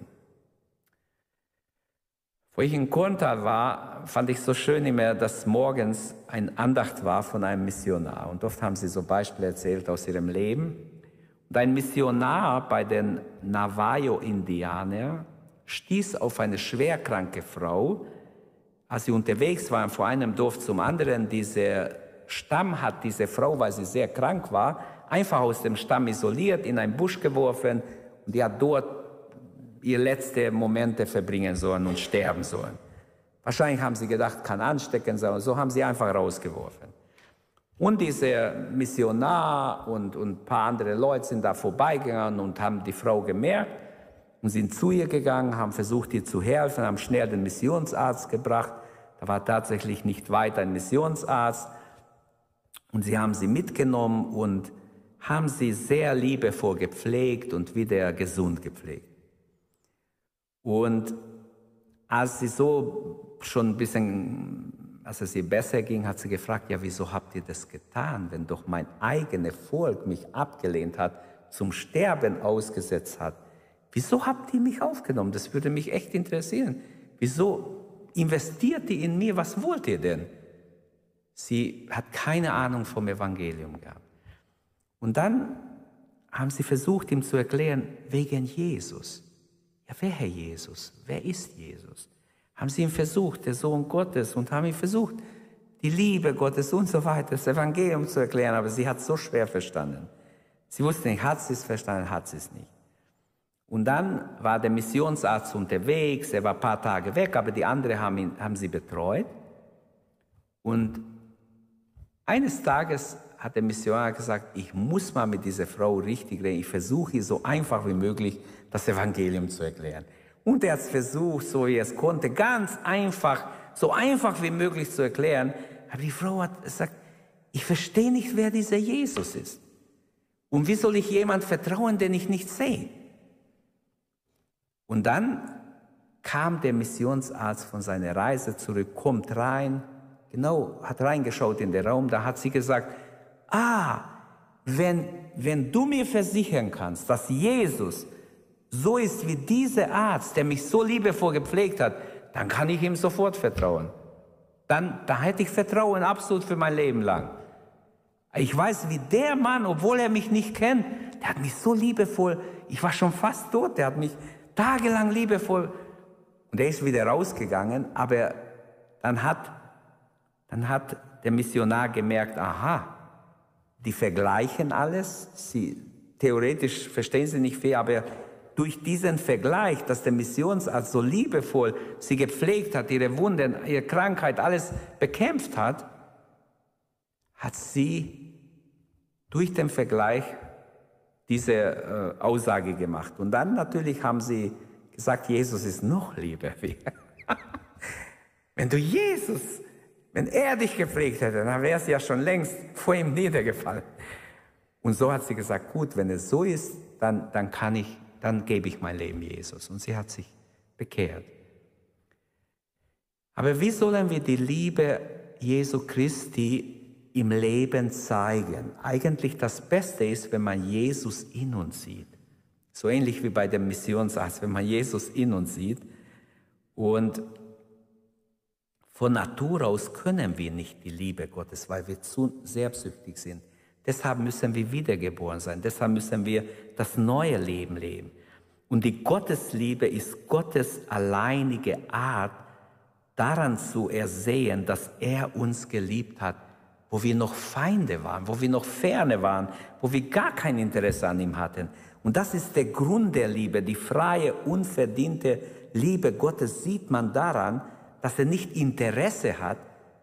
Wo ich in Korntal war, fand ich so schön immer, dass morgens ein Andacht war von einem Missionar. Und oft haben sie so Beispiele erzählt aus ihrem Leben. Und ein Missionar bei den Navajo-Indianern stieß auf eine schwerkranke Frau. Als sie unterwegs waren von einem Dorf zum anderen, dieser Stamm hat diese Frau, weil sie sehr krank war, einfach aus dem Stamm isoliert, in einen Busch geworfen. Und die hat dort ihre letzten Momente verbringen sollen und sterben sollen. Wahrscheinlich haben sie gedacht, kann ansteckend sein, und so haben sie einfach rausgeworfen. Und dieser Missionar und, und ein paar andere Leute sind da vorbeigegangen und haben die Frau gemerkt und sind zu ihr gegangen, haben versucht, ihr zu helfen, haben schnell den Missionsarzt gebracht. Da war tatsächlich nicht weit ein Missionsarzt. Und sie haben sie mitgenommen und haben sie sehr liebevoll gepflegt und wieder gesund gepflegt. Und als sie so schon ein bisschen, als es ihr besser ging, hat sie gefragt, ja, wieso habt ihr das getan, wenn doch mein eigenes Volk mich abgelehnt hat, zum Sterben ausgesetzt hat? Wieso habt ihr mich aufgenommen? Das würde mich echt interessieren. Wieso investiert ihr in mir? Was wollt ihr denn? Sie hat keine Ahnung vom Evangelium gehabt. Und dann haben sie versucht, ihm zu erklären, wegen Jesus. Ja, wer Herr Jesus? Wer ist Jesus? Haben sie ihn versucht, der Sohn Gottes, und haben ihn versucht, die Liebe Gottes und so weiter, das Evangelium zu erklären, aber sie hat es so schwer verstanden. Sie wusste nicht, hat sie es verstanden, hat sie es nicht. Und dann war der Missionsarzt unterwegs, er war ein paar Tage weg, aber die anderen haben, ihn, haben sie betreut. Und eines Tages hat der Missionar gesagt, ich muss mal mit dieser Frau richtig reden, ich versuche ihr so einfach wie möglich das Evangelium zu erklären. Und er hat es versucht, so wie er es konnte, ganz einfach, so einfach wie möglich zu erklären. Aber die Frau hat gesagt, ich verstehe nicht, wer dieser Jesus ist. Und wie soll ich jemand vertrauen, den ich nicht sehe? Und dann kam der Missionsarzt von seiner Reise zurück, kommt rein, genau, hat reingeschaut in den Raum, da hat sie gesagt, ah, wenn, wenn du mir versichern kannst, dass Jesus so ist wie dieser Arzt, der mich so liebevoll gepflegt hat, dann kann ich ihm sofort vertrauen. Dann, dann hätte ich Vertrauen absolut für mein Leben lang. Ich weiß, wie der Mann, obwohl er mich nicht kennt, der hat mich so liebevoll, ich war schon fast tot, der hat mich tagelang liebevoll, und er ist wieder rausgegangen, aber dann hat, dann hat der Missionar gemerkt, aha, die vergleichen alles, sie, theoretisch verstehen sie nicht viel, aber durch diesen Vergleich, dass der Missionsarzt so liebevoll sie gepflegt hat, ihre Wunden, ihre Krankheit, alles bekämpft hat, hat sie durch den Vergleich diese äh, Aussage gemacht. Und dann natürlich haben sie gesagt, Jesus ist noch lieber. Wenn du Jesus, wenn er dich gepflegt hätte, dann wäre es ja schon längst vor ihm niedergefallen. Und so hat sie gesagt, gut, wenn es so ist, dann, dann kann ich, dann gebe ich mein Leben Jesus. Und sie hat sich bekehrt. Aber wie sollen wir die Liebe Jesu Christi im Leben zeigen? Eigentlich das Beste ist, wenn man Jesus in uns sieht. So ähnlich wie bei dem Missionsarzt, wenn man Jesus in uns sieht. Und von Natur aus können wir nicht die Liebe Gottes, weil wir zu selbstsüchtig sind. Deshalb müssen wir wiedergeboren sein. Deshalb müssen wir das neue Leben leben. Und die Gottesliebe ist Gottes alleinige Art, daran zu ersehen, dass er uns geliebt hat, wo wir noch Feinde waren, wo wir noch ferne waren, wo wir gar kein Interesse an ihm hatten. Und das ist der Grund der Liebe, die freie, unverdiente Liebe Gottes sieht man daran, dass er nicht Interesse hat,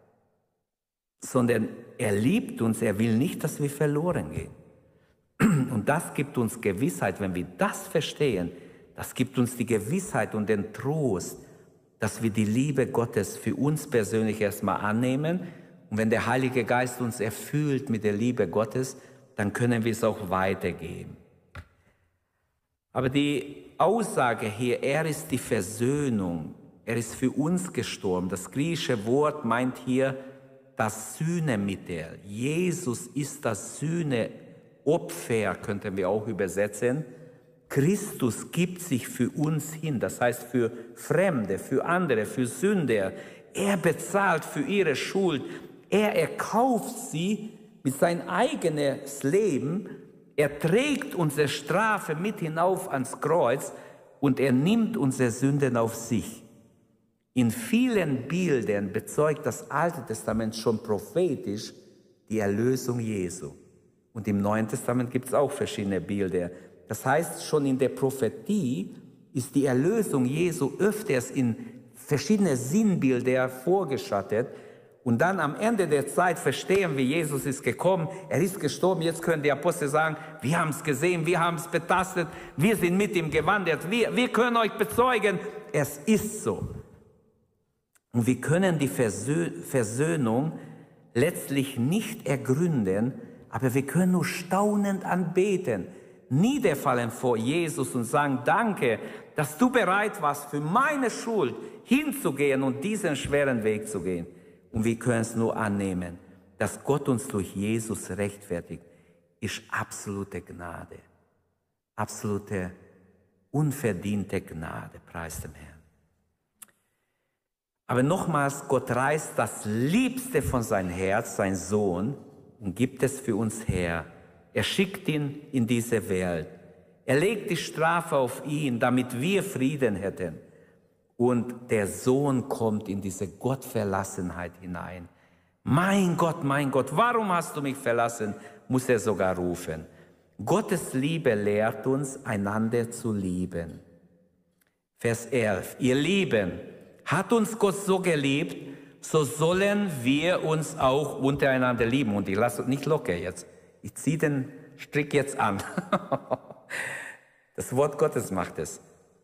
sondern er liebt uns, er will nicht, dass wir verloren gehen. Und das gibt uns Gewissheit, wenn wir das verstehen, das gibt uns die Gewissheit und den Trost, dass wir die Liebe Gottes für uns persönlich erstmal annehmen. Und wenn der Heilige Geist uns erfüllt mit der Liebe Gottes, dann können wir es auch weitergeben. Aber die Aussage hier, er ist die Versöhnung, er ist für uns gestorben. Das griechische Wort meint hier das Sühnemittel. Jesus ist das Sühneopfer, könnten wir auch übersetzen. Christus gibt sich für uns hin, das heißt für Fremde, für andere, für Sünder. Er bezahlt für ihre Schuld. Er erkauft sie mit seinem eigenen Leben. Er trägt unsere Strafe mit hinauf ans Kreuz und er nimmt unsere Sünden auf sich. In vielen Bildern bezeugt das Alte Testament schon prophetisch die Erlösung Jesu. Und im Neuen Testament gibt es auch verschiedene Bilder. Das heißt, schon in der Prophetie ist die Erlösung Jesu öfters in verschiedene Sinnbilder vorgeschattet. Und dann am Ende der Zeit verstehen wir, Jesus ist gekommen, er ist gestorben. Jetzt können die Apostel sagen, wir haben es gesehen, wir haben es betastet, wir sind mit ihm gewandert, wir, wir können euch bezeugen, es ist so. Und wir können die Versö- Versöhnung letztlich nicht ergründen, aber wir können nur staunend anbeten, niederfallen vor Jesus und sagen, danke, dass du bereit warst, für meine Schuld hinzugehen und diesen schweren Weg zu gehen. Und wir können es nur annehmen, dass Gott uns durch Jesus rechtfertigt, ist absolute Gnade, absolute unverdiente Gnade, preis dem Herrn. Aber nochmals, Gott reißt das Liebste von seinem Herz, sein Sohn, und gibt es für uns her. Er schickt ihn in diese Welt. Er legt die Strafe auf ihn, damit wir Frieden hätten. Und der Sohn kommt in diese Gottverlassenheit hinein. Mein Gott, mein Gott, warum hast du mich verlassen? Muss er sogar rufen. Gottes Liebe lehrt uns, einander zu lieben. Vers elf. Ihr Lieben, hat uns Gott so geliebt, so sollen wir uns auch untereinander lieben. Und ich lasse es nicht locker jetzt. Ich ziehe den Strick jetzt an. Das Wort Gottes macht es.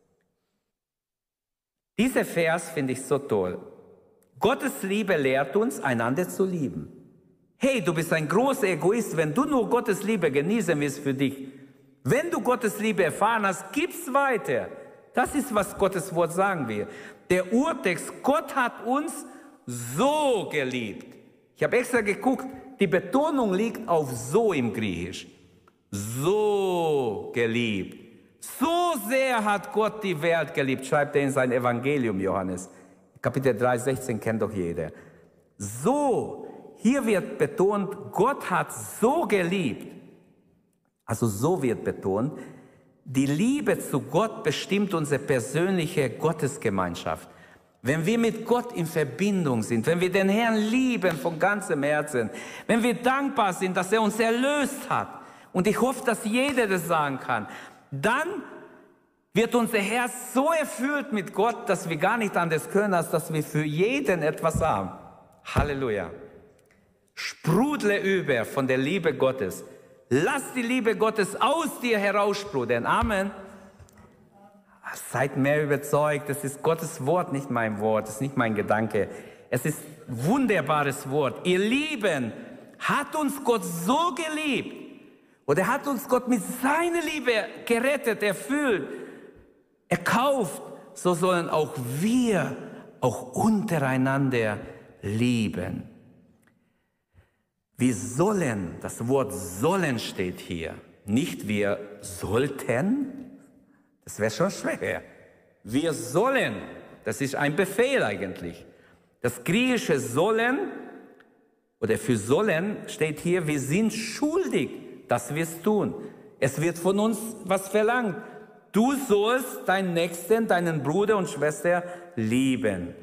Dieser Vers finde ich so toll. Gottes Liebe lehrt uns, einander zu lieben. Hey, du bist ein großer Egoist, wenn du nur Gottes Liebe genießen willst für dich. Wenn du Gottes Liebe erfahren hast, gib's weiter. Das ist, was Gottes Wort sagen will. Der Urtext, Gott hat uns so geliebt. Ich habe extra geguckt, die Betonung liegt auf so im Griechisch. So geliebt. So sehr hat Gott die Welt geliebt, schreibt er in sein Evangelium, Johannes. Kapitel drei, sechzehn kennt doch jeder. So, hier wird betont, Gott hat so geliebt. Also so wird betont, die Liebe zu Gott bestimmt unsere persönliche Gottesgemeinschaft. Wenn wir mit Gott in Verbindung sind, wenn wir den Herrn lieben von ganzem Herzen, wenn wir dankbar sind, dass er uns erlöst hat, und ich hoffe, dass jeder das sagen kann, dann wird unser Herz so erfüllt mit Gott, dass wir gar nicht anders können, als dass wir für jeden etwas haben. Halleluja. Sprudle über von der Liebe Gottes. Lass die Liebe Gottes aus dir heraussprudeln. Amen. Seid mehr überzeugt, das ist Gottes Wort, nicht mein Wort, das ist nicht mein Gedanke. Es ist ein wunderbares Wort. Ihr Lieben, hat uns Gott so geliebt, oder hat uns Gott mit seiner Liebe gerettet, erfüllt, erkauft, so sollen auch wir auch untereinander lieben. Wir sollen, das Wort sollen steht hier, nicht wir sollten, das wäre schon schwer. Wir sollen, das ist ein Befehl eigentlich. Das griechische sollen oder für sollen steht hier, wir sind schuldig, dass wir es tun. Es wird von uns was verlangt. Du sollst deinen Nächsten, deinen Bruder und Schwester lieben.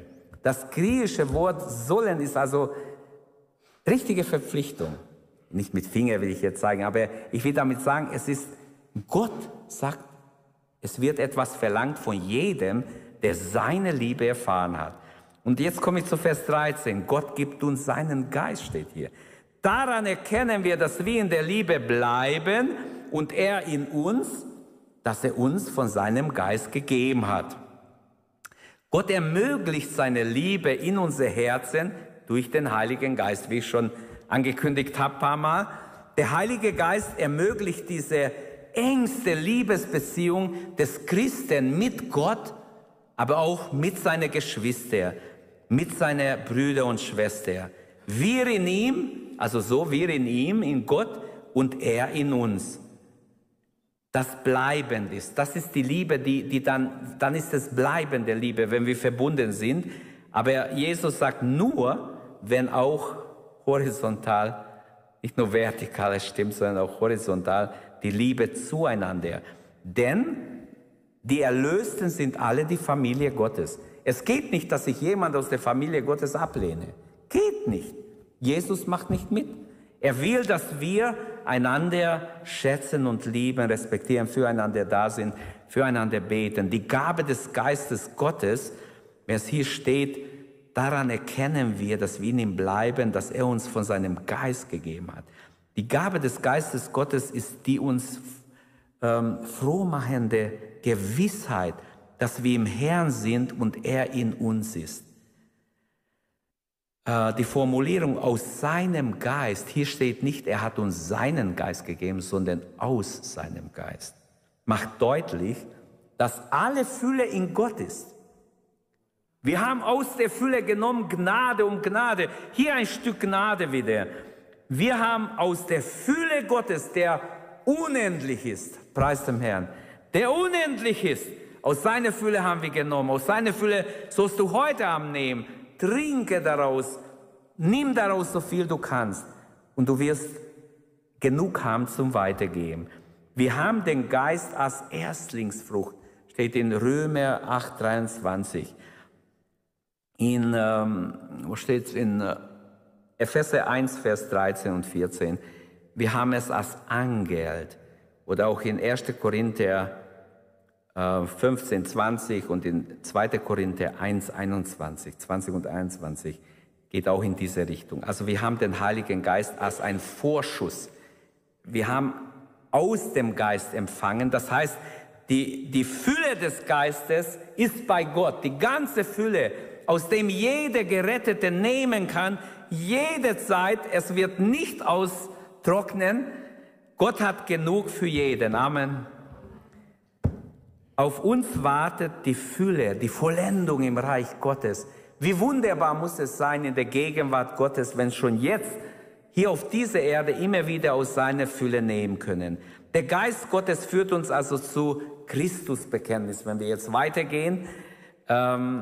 Das griechische Wort sollen ist also richtige Verpflichtung. Nicht mit Finger will ich jetzt sagen, aber ich will damit sagen, es ist, Gott sagt, es wird etwas verlangt von jedem, der seine Liebe erfahren hat. Und jetzt komme ich zu Vers dreizehn. Gott gibt uns seinen Geist, steht hier. Daran erkennen wir, dass wir in der Liebe bleiben und er in uns, dass er uns von seinem Geist gegeben hat. Gott ermöglicht seine Liebe in unser Herzen durch den Heiligen Geist, wie ich schon angekündigt habe ein paar Mal. Der Heilige Geist ermöglicht diese engste Liebesbeziehung des Christen mit Gott, aber auch mit seinen Geschwistern, mit seinen Brüdern und Schwestern. Wir in ihm, also so wir in ihm, in Gott und er in uns. Das bleibend ist. Das ist die Liebe, die, die dann, dann ist es bleibende Liebe, wenn wir verbunden sind. Aber Jesus sagt nur, wenn auch horizontal, nicht nur vertikal es stimmt, sondern auch horizontal, die Liebe zueinander. Denn die Erlösten sind alle die Familie Gottes. Es geht nicht, dass ich jemand aus der Familie Gottes ablehne. Geht nicht. Jesus macht nicht mit. Er will, dass wir einander schätzen und lieben, respektieren, füreinander da sind, füreinander beten. Die Gabe des Geistes Gottes, wie es hier steht, daran erkennen wir, dass wir in ihm bleiben, dass er uns von seinem Geist gegeben hat. Die Gabe des Geistes Gottes ist die uns ähm, frohmachende Gewissheit, dass wir im Herrn sind und er in uns ist. Äh, die Formulierung aus seinem Geist, hier steht nicht, er hat uns seinen Geist gegeben, sondern aus seinem Geist, macht deutlich, dass alle Fülle in Gott ist. Wir haben aus der Fülle genommen Gnade um Gnade. Hier ein Stück Gnade wieder. Wir haben aus der Fülle Gottes, der unendlich ist, preis dem Herrn, der unendlich ist, aus seiner Fülle haben wir genommen. Aus seiner Fülle sollst du heute Abend nehmen. Trinke daraus, nimm daraus so viel du kannst und du wirst genug haben zum Weitergeben. Wir haben den Geist als Erstlingsfrucht, steht in Römer acht, dreiundzwanzig. In, ähm, wo steht's? In äh, Epheser eins, Vers dreizehn und vierzehn. Wir haben es als Angeld. Oder auch in erster Korinther äh, fünfzehn, zwanzig und in zweiter Korinther eins, einundzwanzig, zwanzig und einundzwanzig geht auch in diese Richtung. Also wir haben den Heiligen Geist als einen Vorschuss. Wir haben aus dem Geist empfangen. Das heißt, die, die Fülle des Geistes ist bei Gott. Die ganze Fülle, aus dem jeder Gerettete nehmen kann, jede Zeit, es wird nicht austrocknen. Gott hat genug für jeden. Amen. Auf uns wartet die Fülle, die Vollendung im Reich Gottes. Wie wunderbar muss es sein in der Gegenwart Gottes, wenn schon jetzt hier auf dieser Erde immer wieder aus seiner Fülle nehmen können. Der Geist Gottes führt uns also zu Christusbekenntnis. Wenn wir jetzt weitergehen, ähm,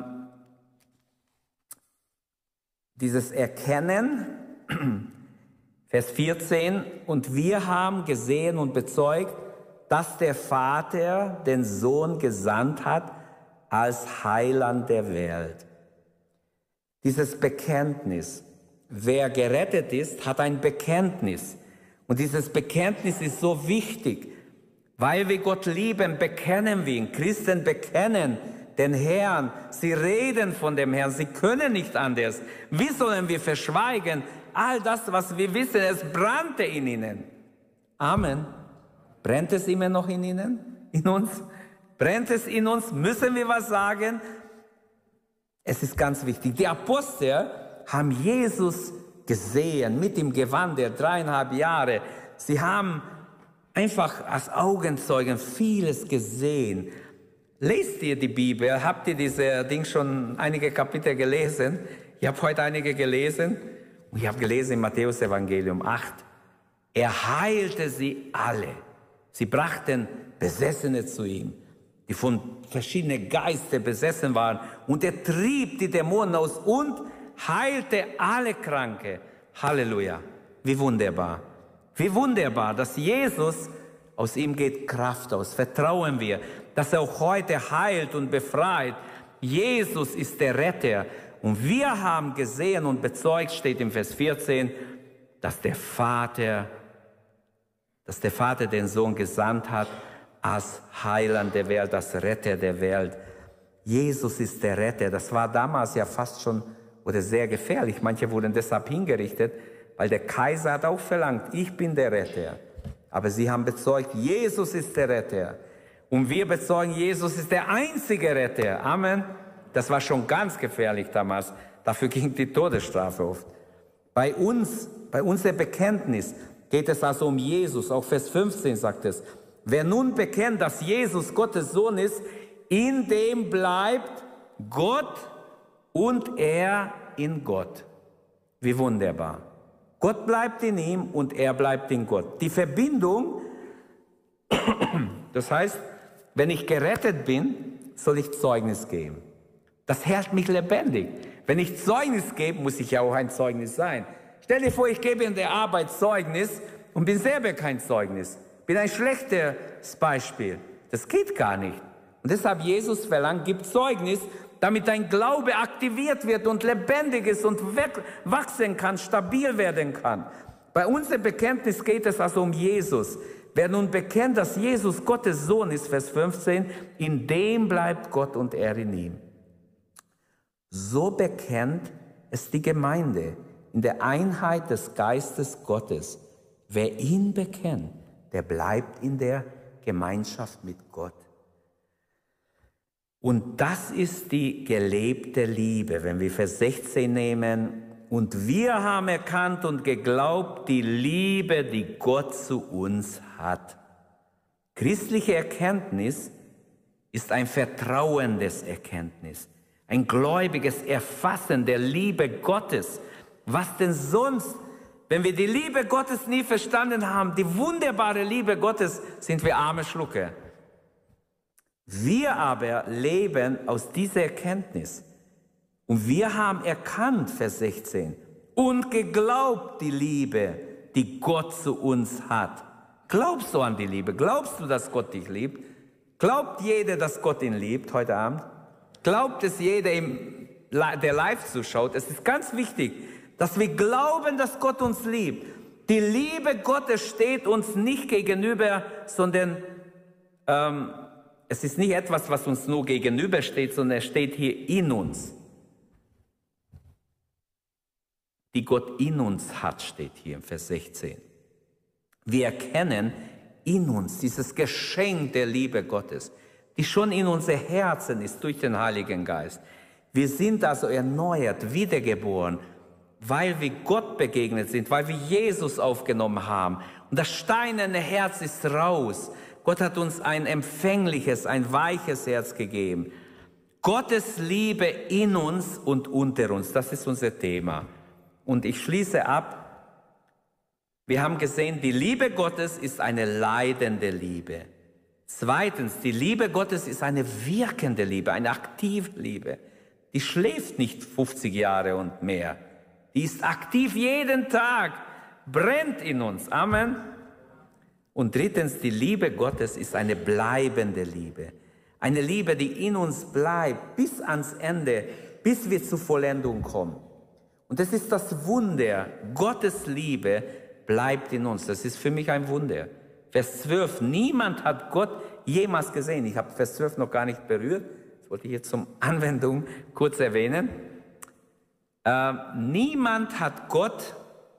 dieses Erkennen, Vers vierzehn, und wir haben gesehen und bezeugt, dass der Vater den Sohn gesandt hat als Heiland der Welt. Dieses Bekenntnis, wer gerettet ist, hat ein Bekenntnis. Und dieses Bekenntnis ist so wichtig, weil wir Gott lieben, bekennen wir ihn. Christen bekennen den Herrn, sie reden von dem Herrn, sie können nicht anders. Wie sollen wir verschweigen? All das, was wir wissen, es brannte in ihnen. Amen. Brennt es immer noch in ihnen? In uns? Brennt es in uns? Müssen wir was sagen? Es ist ganz wichtig. Die Apostel haben Jesus gesehen, mit ihm gewandert, dreieinhalb Jahre. Sie haben einfach als Augenzeugen vieles gesehen. Lest ihr die Bibel? Habt ihr diese Ding schon einige Kapitel gelesen? Ich habe heute einige gelesen. Und ich habe gelesen im Matthäus-Evangelium acht. Er heilte sie alle. Sie brachten Besessene zu ihm, die von verschiedenen Geistern besessen waren. Und er trieb die Dämonen aus und heilte alle Kranke. Halleluja. Wie wunderbar. Wie wunderbar, dass Jesus, aus ihm geht Kraft aus. Vertrauen wir, dass er auch heute heilt und befreit. Jesus ist der Retter Und wir haben gesehen und bezeugt, steht im Vers vierzehn, dass der Vater, dass der Vater den Sohn gesandt hat als Heiland der Welt, als Retter der Welt. Jesus ist der Retter. Das war damals ja fast schon oder sehr gefährlich. Manche wurden deshalb hingerichtet, weil der Kaiser hat auch verlangt, ich bin der Retter. Aber sie haben bezeugt, Jesus ist der Retter. Und wir bezeugen, Jesus ist der einzige Retter. Amen. Das war schon ganz gefährlich damals. Dafür ging die Todesstrafe oft. Bei uns, bei unserem Bekenntnis geht es also um Jesus. Auch Vers fünfzehn sagt es. Wer nun bekennt, dass Jesus Gottes Sohn ist, in dem bleibt Gott und er in Gott. Wie wunderbar. Gott bleibt in ihm und er bleibt in Gott. Die Verbindung, das heißt, wenn ich gerettet bin, soll ich Zeugnis geben. Das hält mich lebendig. Wenn ich Zeugnis gebe, muss ich ja auch ein Zeugnis sein. Stell dir vor, ich gebe in der Arbeit Zeugnis und bin selber kein Zeugnis. Bin ein schlechtes Beispiel. Das geht gar nicht. Und deshalb Jesus verlangt, gib Zeugnis, damit dein Glaube aktiviert wird und lebendig ist und wachsen kann, stabil werden kann. Bei unserem Bekenntnis geht es also um Jesus. Wer nun bekennt, dass Jesus Gottes Sohn ist, Vers fünfzehn, in dem bleibt Gott und er in ihm. So bekennt es die Gemeinde in der Einheit des Geistes Gottes. Wer ihn bekennt, der bleibt in der Gemeinschaft mit Gott. Und das ist die gelebte Liebe, wenn wir Vers sechzehn nehmen. Und wir haben erkannt und geglaubt die Liebe, die Gott zu uns hat. Christliche Erkenntnis ist ein vertrauendes Erkenntnis, ein gläubiges Erfassen der Liebe Gottes. Was denn sonst, wenn wir die Liebe Gottes nie verstanden haben, die wunderbare Liebe Gottes, sind wir arme Schlucker. Wir aber leben aus dieser Erkenntnis. Und wir haben erkannt, Vers sechzehn, und geglaubt die Liebe, die Gott zu uns hat. Glaubst du an die Liebe? Glaubst du, dass Gott dich liebt? Glaubt jeder, dass Gott ihn liebt heute Abend? Glaubt es jeder, der live zuschaut? Es ist ganz wichtig, dass wir glauben, dass Gott uns liebt. Die Liebe Gottes steht uns nicht gegenüber, sondern ähm, es ist nicht etwas, was uns nur gegenübersteht, sondern es steht hier in uns. Die Gott in uns hat, steht hier im Vers sechzehn. Wir erkennen in uns dieses Geschenk der Liebe Gottes, die schon in unser Herzen ist durch den Heiligen Geist. Wir sind also erneuert, wiedergeboren, weil wir Gott begegnet sind, weil wir Jesus aufgenommen haben. Und das steinerne Herz ist raus. Gott hat uns ein empfängliches, ein weiches Herz gegeben. Gottes Liebe in uns und unter uns, das ist unser Thema. Und ich schließe ab. Wir haben gesehen, die Liebe Gottes ist eine leidende Liebe. Zweitens, die Liebe Gottes ist eine wirkende Liebe, eine aktive Liebe. Die schläft nicht fünfzig Jahre und mehr. Die ist aktiv jeden Tag, brennt in uns. Amen. Und drittens, die Liebe Gottes ist eine bleibende Liebe. Eine Liebe, die in uns bleibt bis ans Ende, bis wir zur Vollendung kommen. Und das ist das Wunder. Gottes Liebe bleibt in uns. Das ist für mich ein Wunder. Vers zwölf, niemand hat Gott jemals gesehen. Ich habe Vers zwölf noch gar nicht berührt. Das wollte ich jetzt zum Anwendung kurz erwähnen. Äh, niemand hat Gott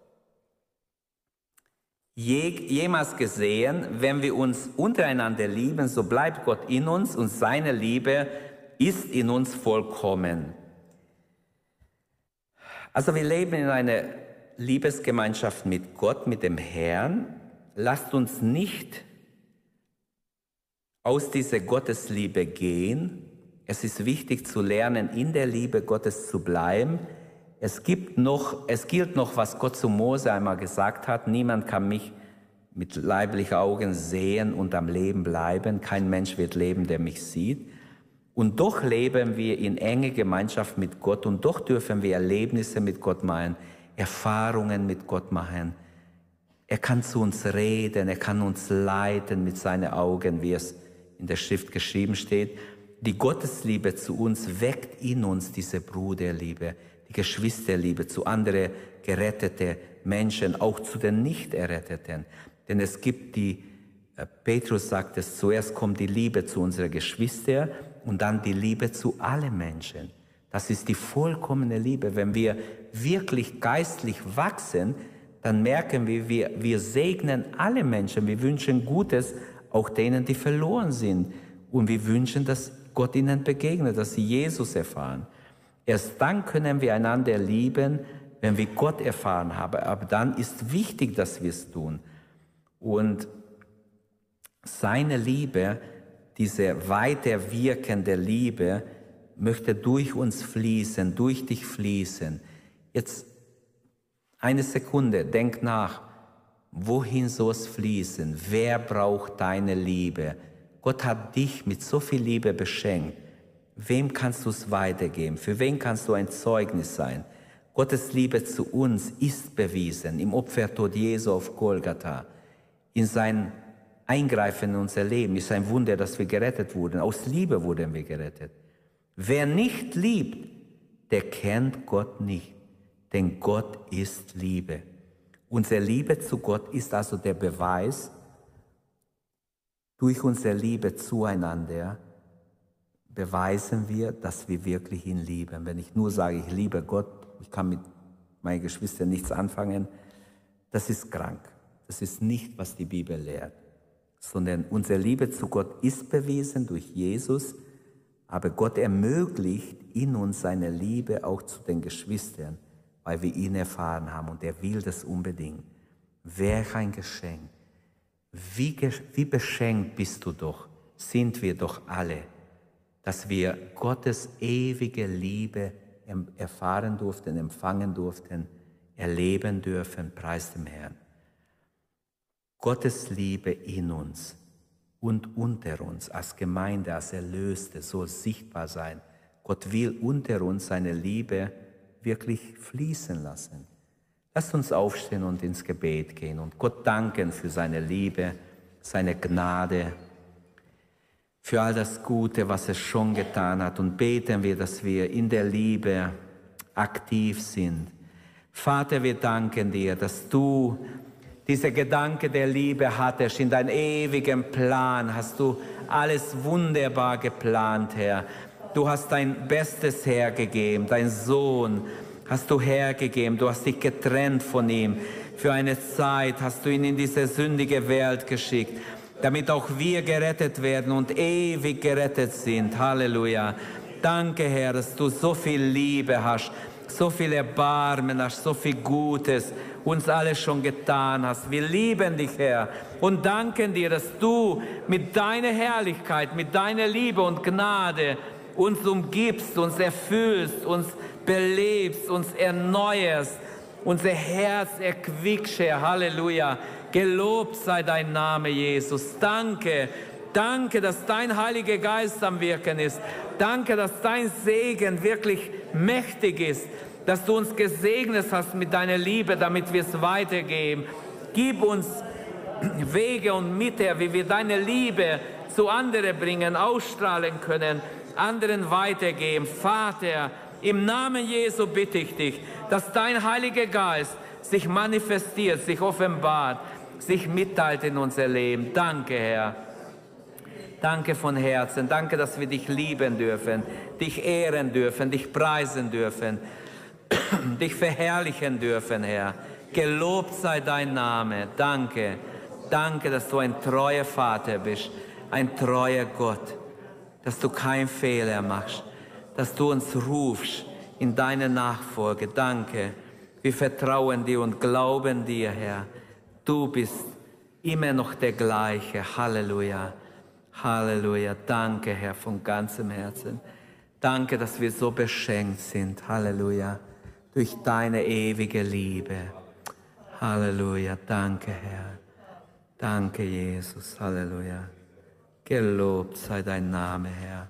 je, jemals gesehen. Wenn wir uns untereinander lieben, so bleibt Gott in uns und seine Liebe ist in uns vollkommen. Also wir leben in einer Liebesgemeinschaft mit Gott, mit dem Herrn. Lasst uns nicht aus dieser Gottesliebe gehen. Es ist wichtig zu lernen, in der Liebe Gottes zu bleiben. Es gibt noch, es gilt noch, was Gott zu Mose einmal gesagt hat. Niemand kann mich mit leiblichen Augen sehen und am Leben bleiben. Kein Mensch wird leben, der mich sieht. Und doch leben wir in enge Gemeinschaft mit Gott und doch dürfen wir Erlebnisse mit Gott machen, Erfahrungen mit Gott machen. Er kann zu uns reden, er kann uns leiten mit seinen Augen, wie es in der Schrift geschrieben steht. die Gottesliebe zu uns weckt in uns diese Bruderliebe, die Geschwisterliebe zu anderen geretteten Menschen, auch zu den Nicht-Erretteten. Denn es gibt die, äh, Petrus sagt es, zuerst kommt die Liebe zu unseren Geschwistern und dann die Liebe zu allen Menschen. Das ist die vollkommene Liebe. Wenn wir wirklich geistlich wachsen, dann merken wir, wir, wir segnen alle Menschen. Wir wünschen Gutes auch denen, die verloren sind. Und wir wünschen, dass Gott ihnen begegnet, dass sie Jesus erfahren. Erst dann können wir einander lieben, wenn wir Gott erfahren haben. Aber dann ist wichtig, dass wir es tun. Und seine Liebe, diese weiter wirkende Liebe, möchte durch uns fließen, durch dich fließen. Jetzt eine Sekunde, denk nach, wohin soll es fließen? Wer braucht deine Liebe? Gott hat dich mit so viel Liebe beschenkt. Wem kannst du es weitergeben? Für wen kannst du ein Zeugnis sein? Gottes Liebe zu uns ist bewiesen im Opfertod Jesu auf Golgatha. In sein Eingreifen in unser Leben ist ein Wunder, dass wir gerettet wurden. Aus Liebe wurden wir gerettet. Wer nicht liebt, der kennt Gott nicht, denn Gott ist Liebe. Unsere Liebe zu Gott ist also der Beweis, durch unsere Liebe zueinander beweisen wir, dass wir wirklich ihn lieben. Wenn ich nur sage, ich liebe Gott, ich kann mit meinen Geschwistern nichts anfangen, das ist krank. Das ist nicht, was die Bibel lehrt, sondern unsere Liebe zu Gott ist bewiesen durch Jesus, aber Gott ermöglicht in uns seine Liebe auch zu den Geschwistern, weil wir ihn erfahren haben und er will das unbedingt. Welch ein Geschenk. Wie, wie beschenkt bist du doch, sind wir doch alle, dass wir Gottes ewige Liebe erfahren durften, empfangen durften, erleben dürfen, preis dem Herrn. Gottes Liebe in uns und unter uns als Gemeinde, als Erlöste soll sichtbar sein. Gott will unter uns seine Liebe wirklich fließen lassen. Lasst uns aufstehen und ins Gebet gehen und Gott danken für seine Liebe, seine Gnade, für all das Gute, was er schon getan hat. Und beten wir, dass wir in der Liebe aktiv sind. Vater, wir danken dir, dass du diese Gedanke der Liebe hattest, in deinem ewigen Plan hast du alles wunderbar geplant, Herr. Du hast dein Bestes hergegeben, dein Sohn hast du hergegeben, du hast dich getrennt von ihm. Für eine Zeit hast du ihn in diese sündige Welt geschickt, damit auch wir gerettet werden und ewig gerettet sind. Halleluja. Danke, Herr, dass du so viel Liebe hast, so viel Erbarmen hast, so viel Gutes uns alles schon getan hast. Wir lieben dich, Herr, und danken dir, dass du mit deiner Herrlichkeit, mit deiner Liebe und Gnade uns umgibst, uns erfüllst, uns belebst, uns erneuerst, unser Herz erquickst, Herr. Halleluja. Gelobt sei dein Name, Jesus. Danke, danke, dass dein Heiliger Geist am Wirken ist. Danke, dass dein Segen wirklich mächtig ist, dass du uns gesegnet hast mit deiner Liebe, damit wir es weitergeben. Gib uns Wege und Mittel, wie wir deine Liebe zu anderen bringen, ausstrahlen können, anderen weitergeben. Vater, im Namen Jesu bitte ich dich, dass dein Heiliger Geist sich manifestiert, sich offenbart, sich mitteilt in unser Leben. Danke, Herr. Danke von Herzen. Danke, dass wir dich lieben dürfen, dich ehren dürfen, dich preisen dürfen, dich verherrlichen dürfen, Herr. Gelobt sei dein Name. Danke. Danke, dass du ein treuer Vater bist, ein treuer Gott, dass du keinen Fehler machst, dass du uns rufst in deine Nachfolge. Danke. Wir vertrauen dir und glauben dir, Herr. Du bist immer noch der gleiche. Halleluja. Halleluja. Danke, Herr, von ganzem Herzen. Danke, dass wir so beschenkt sind. Halleluja. Durch deine ewige Liebe. Halleluja. Danke, Herr. Danke, Jesus. Halleluja. Gelobt sei dein Name, Herr.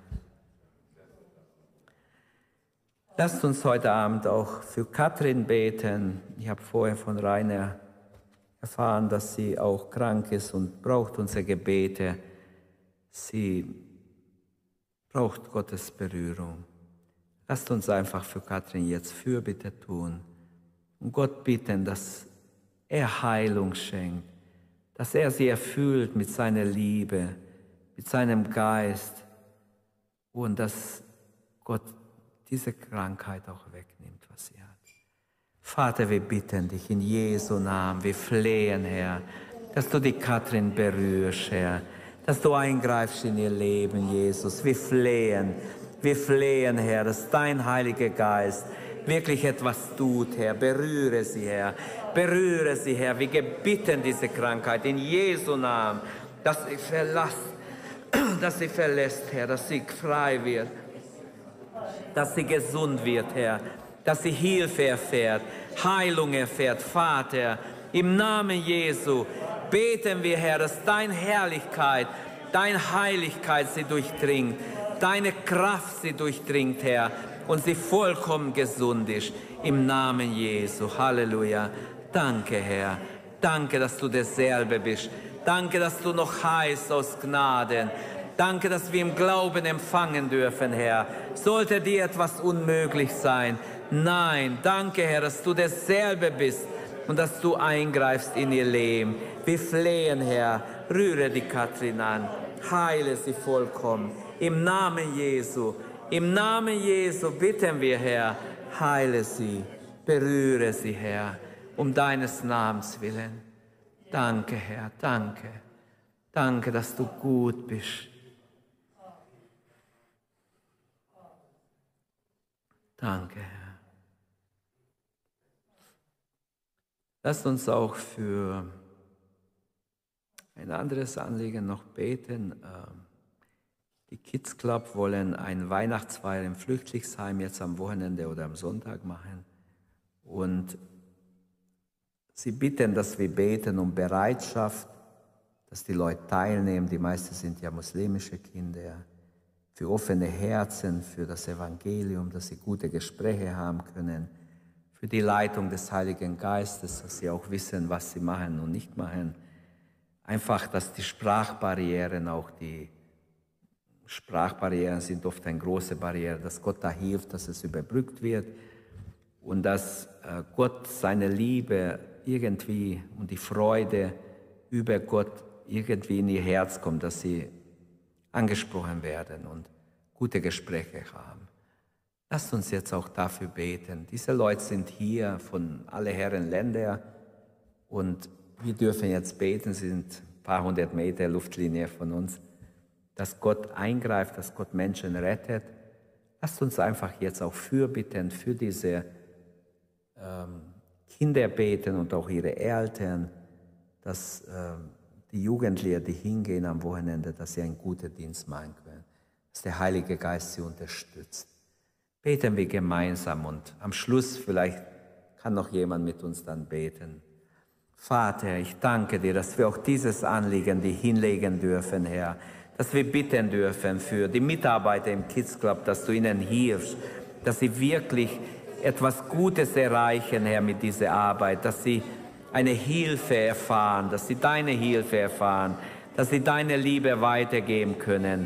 Lasst uns heute Abend auch für Katrin beten. Ich habe vorher von Rainer erfahren, dass sie auch krank ist und braucht unsere Gebete. Sie braucht Gottes Berührung. Lasst uns einfach für Katrin jetzt Fürbitte tun und Gott bitten, dass er Heilung schenkt, dass er sie erfüllt mit seiner Liebe, mit seinem Geist und dass Gott diese Krankheit auch wegnimmt, was sie hat. Vater, wir bitten dich in Jesu Namen, wir flehen, Herr, dass du die Katrin berührst, Herr, dass du eingreifst in ihr Leben, Jesus. Wir flehen, wir flehen, Herr, dass dein Heiliger Geist wirklich etwas tut, Herr. Berühre sie, Herr. Berühre sie, Herr. Wir gebitten diese Krankheit in Jesu Namen, dass sie verlässt, dass sie verlässt, Herr, dass sie frei wird, dass sie gesund wird, Herr, dass sie Hilfe erfährt, Heilung erfährt, Vater. Im Namen Jesu beten wir, Herr, dass deine Herrlichkeit, deine Heiligkeit sie durchdringt, deine Kraft sie durchdringt, Herr, und sie vollkommen gesund ist. Im Namen Jesu. Halleluja. Danke, Herr. Danke, dass du derselbe bist. Danke, dass du noch heilst aus Gnaden. Danke, dass wir im Glauben empfangen dürfen, Herr. Sollte dir etwas unmöglich sein? Nein. Danke, Herr, dass du derselbe bist und dass du eingreifst in ihr Leben. Wir flehen, Herr, rühre die Katrin an, heile sie vollkommen. Im Namen Jesu, im Namen Jesu bitten wir, Herr, heile sie, berühre sie, Herr, um deines Namens willen. Danke, Herr, danke. Danke, dass du gut bist. Danke, Herr. Lasst uns auch für ein anderes Anliegen noch beten. Die Kids Club wollen eine Weihnachtsfeier im Flüchtlingsheim jetzt am Wochenende oder am Sonntag machen. Und sie bitten, dass wir beten um Bereitschaft, dass die Leute teilnehmen. Die meisten sind ja muslimische Kinder. Für offene Herzen, für das Evangelium, dass sie gute Gespräche haben können. Für die Leitung des Heiligen Geistes, dass sie auch wissen, was sie machen und nicht machen. Einfach, dass die Sprachbarrieren, auch die Sprachbarrieren sind oft eine große Barriere, dass Gott da hilft, dass es überbrückt wird und dass Gott seine Liebe irgendwie und die Freude über Gott irgendwie in ihr Herz kommt, dass sie angesprochen werden und gute Gespräche haben. Lasst uns jetzt auch dafür beten. Diese Leute sind hier von alle Herren Länder und wir dürfen jetzt beten, sie sind ein paar hundert Meter Luftlinie von uns, dass Gott eingreift, dass Gott Menschen rettet. Lasst uns einfach jetzt auch fürbitten für diese ähm, Kinder beten und auch ihre Eltern, dass ähm, die Jugendlichen, die hingehen am Wochenende, dass sie einen guten Dienst machen können, dass der Heilige Geist sie unterstützt. Beten wir gemeinsam und am Schluss vielleicht kann noch jemand mit uns dann beten. Vater, ich danke dir, dass wir auch dieses Anliegen dir hinlegen dürfen, Herr, dass wir bitten dürfen für die Mitarbeiter im Kids Club, dass du ihnen hilfst, dass sie wirklich etwas Gutes erreichen, Herr, mit dieser Arbeit, dass sie eine Hilfe erfahren, dass sie deine Hilfe erfahren, dass sie deine Liebe weitergeben können.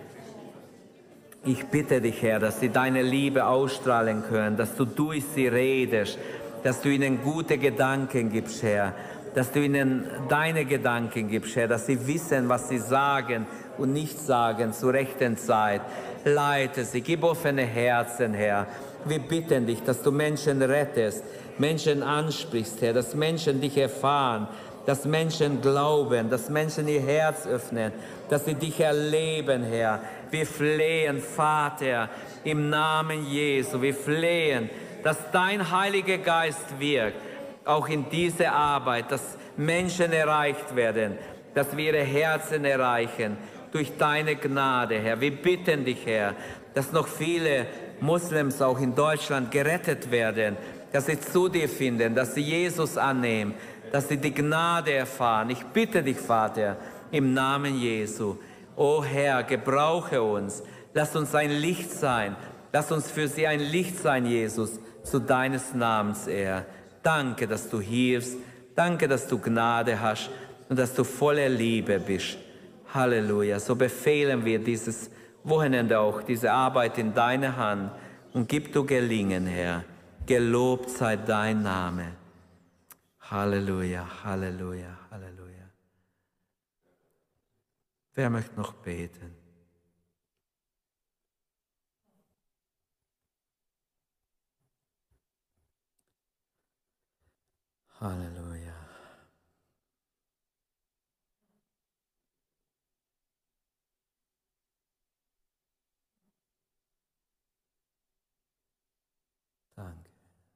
Ich bitte dich, Herr, dass sie deine Liebe ausstrahlen können, dass du durch sie redest, dass du ihnen gute Gedanken gibst, Herr, dass du ihnen deine Gedanken gibst, Herr, dass sie wissen, was sie sagen und nicht sagen zur rechten Zeit. Leite sie, gib offene Herzen, Herr. Wir bitten dich, dass du Menschen rettest, Menschen ansprichst, Herr, dass Menschen dich erfahren, dass Menschen glauben, dass Menschen ihr Herz öffnen, dass sie dich erleben, Herr. Wir flehen, Vater, im Namen Jesu, wir flehen, dass dein Heiliger Geist wirkt, auch in dieser Arbeit, dass Menschen erreicht werden, dass wir ihre Herzen erreichen durch deine Gnade, Herr. Wir bitten dich, Herr, dass noch viele Moslems auch in Deutschland gerettet werden, dass sie zu dir finden, dass sie Jesus annehmen, dass sie die Gnade erfahren. Ich bitte dich, Vater, im Namen Jesu. O Herr, gebrauche uns. Lass uns ein Licht sein. Lass uns für sie ein Licht sein, Jesus, zu deines Namens, Herr. Danke, dass du hilfst. Danke, dass du Gnade hast und dass du voller Liebe bist. Halleluja. So befehlen wir dieses Wochenende auch diese Arbeit in deine Hand und gib du Gelingen, Herr. Gelobt sei dein Name. Halleluja, Halleluja, Halleluja. Wer möchte noch beten? Halleluja. Danke.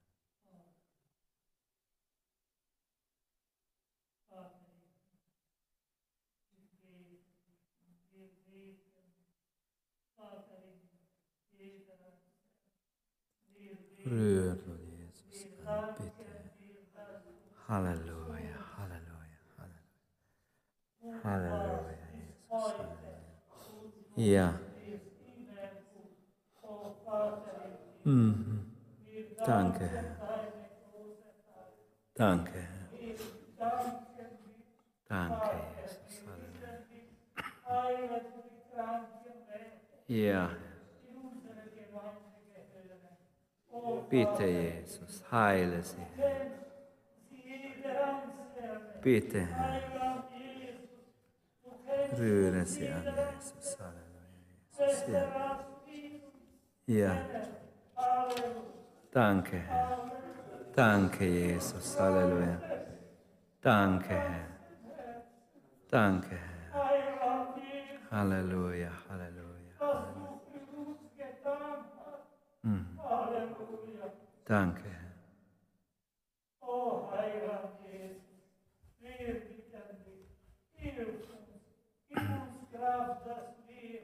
Rühr du, Jesus, an, bitte. Halleluja, Halleluja, Halleluja. Halleluja, Jesus, Halleluja. Ja. Mhm. Danke, Herr. Danke, Herr. Danke, Jesus, Halleluja. Ja, Herr. Bitte, Jesus, heile sie, Herr. Bitte, Herr. Rühre sie an, Jesus, Halleluja, Jesus, ja. Ja. Danke, Herr. Danke, Jesus, Halleluja. Danke, Herr. Danke, Herr. Halleluja, Halleluja, Halleluja. Mhm. Danke, Herr. Oh, Heiland Jesus, wir bitten dich, hilf uns, gib uns Kraft, dass wir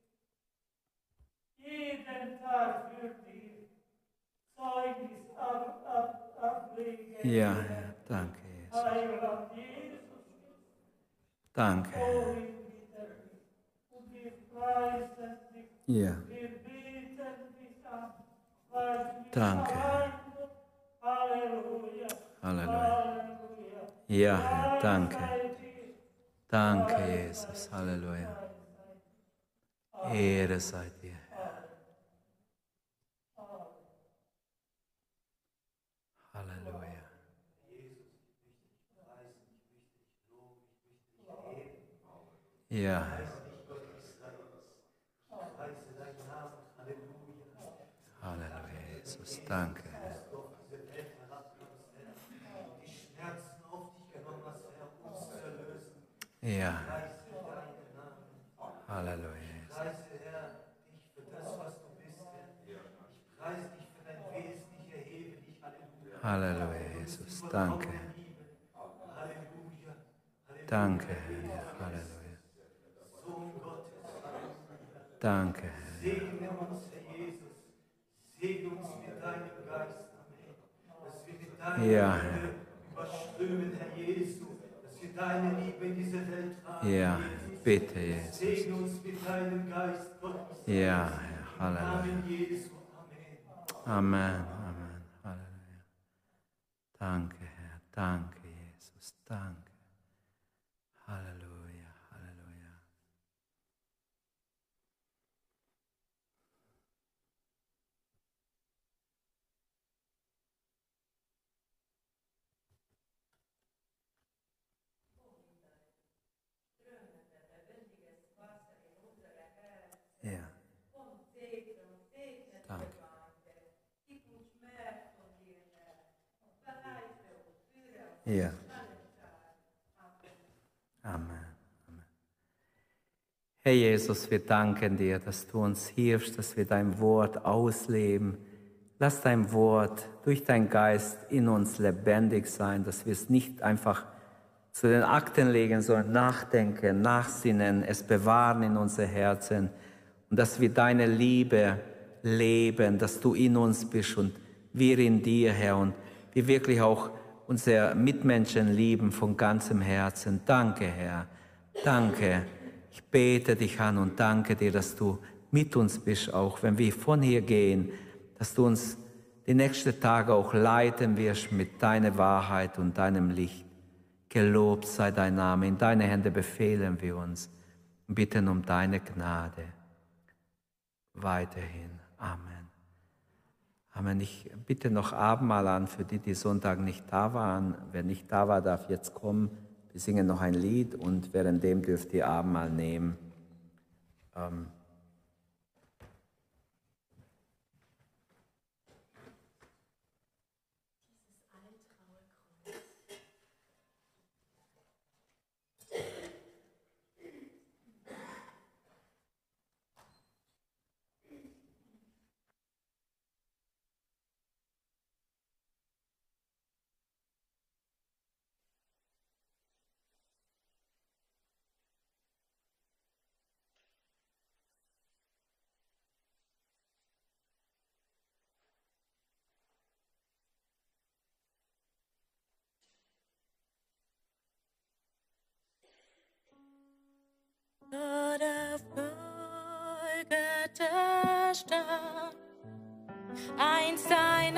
jeden Tag für dich Zeugnis ab, ab, ablegen. Ja, Herr, danke, Jesus. Heiland Jesus, Danke, oh, Herr. wir bitten dich und wir preisen dich, Ja, wir beten dich an, weil du nicht danke, Herr. allein bist. Halleluja. Halleluja. Ja, Herr, danke. Danke, Jesus, Halleluja. Ehre sei dir, Herr. Halleluja. Ja, Herr. Halleluja, Jesus, danke, Herr. Ja, Halleluja. Halleluja, Jesus, danke. Danke, Herr, Halleluja. Danke, Herr. Segne uns, Herr Jesus, segne uns mit deinem Geist, Amen. Dass wir mit deiner Ja, Liebe Herr. überströmen, Herr Jesus, dass wir deine Liebe in diese Welt tragen. Ja, Jesus. bitte, Jesus. Segne uns mit deinem Geist, Gottes. Ja, Herr, Halleluja. Namen Jesu, Amen. Amen, Amen, Halleluja. Danke, Herr, danke, Jesus, danke. Halleluja, Halleluja. Ja. Danke. Ja. Amen. Amen. Herr Jesus, wir danken dir, dass du uns hilfst, dass wir dein Wort ausleben. Lass dein Wort durch deinen Geist in uns lebendig sein, dass wir es nicht einfach zu den Akten legen, sondern nachdenken, nachsinnen, es bewahren in unser Herzen und dass wir deine Liebe leben, dass du in uns bist und wir in dir, Herr, und wir wirklich auch unsere Mitmenschen lieben von ganzem Herzen. Danke, Herr. Danke. Ich bete dich an und danke dir, dass du mit uns bist, auch wenn wir von hier gehen, dass du uns die nächsten Tage auch leiten wirst mit deiner Wahrheit und deinem Licht. Gelobt sei dein Name. In deine Hände befehlen wir uns und bitten um deine Gnade. weiterhin. Amen. Amen. Ich bitte noch Abendmahl an für die, die Sonntag nicht da waren. Wer nicht da war, darf jetzt kommen. Wir singen noch ein Lied und währenddem dürft ihr Abendmahl nehmen. Ähm Gott auf Golgatha starb, einst ein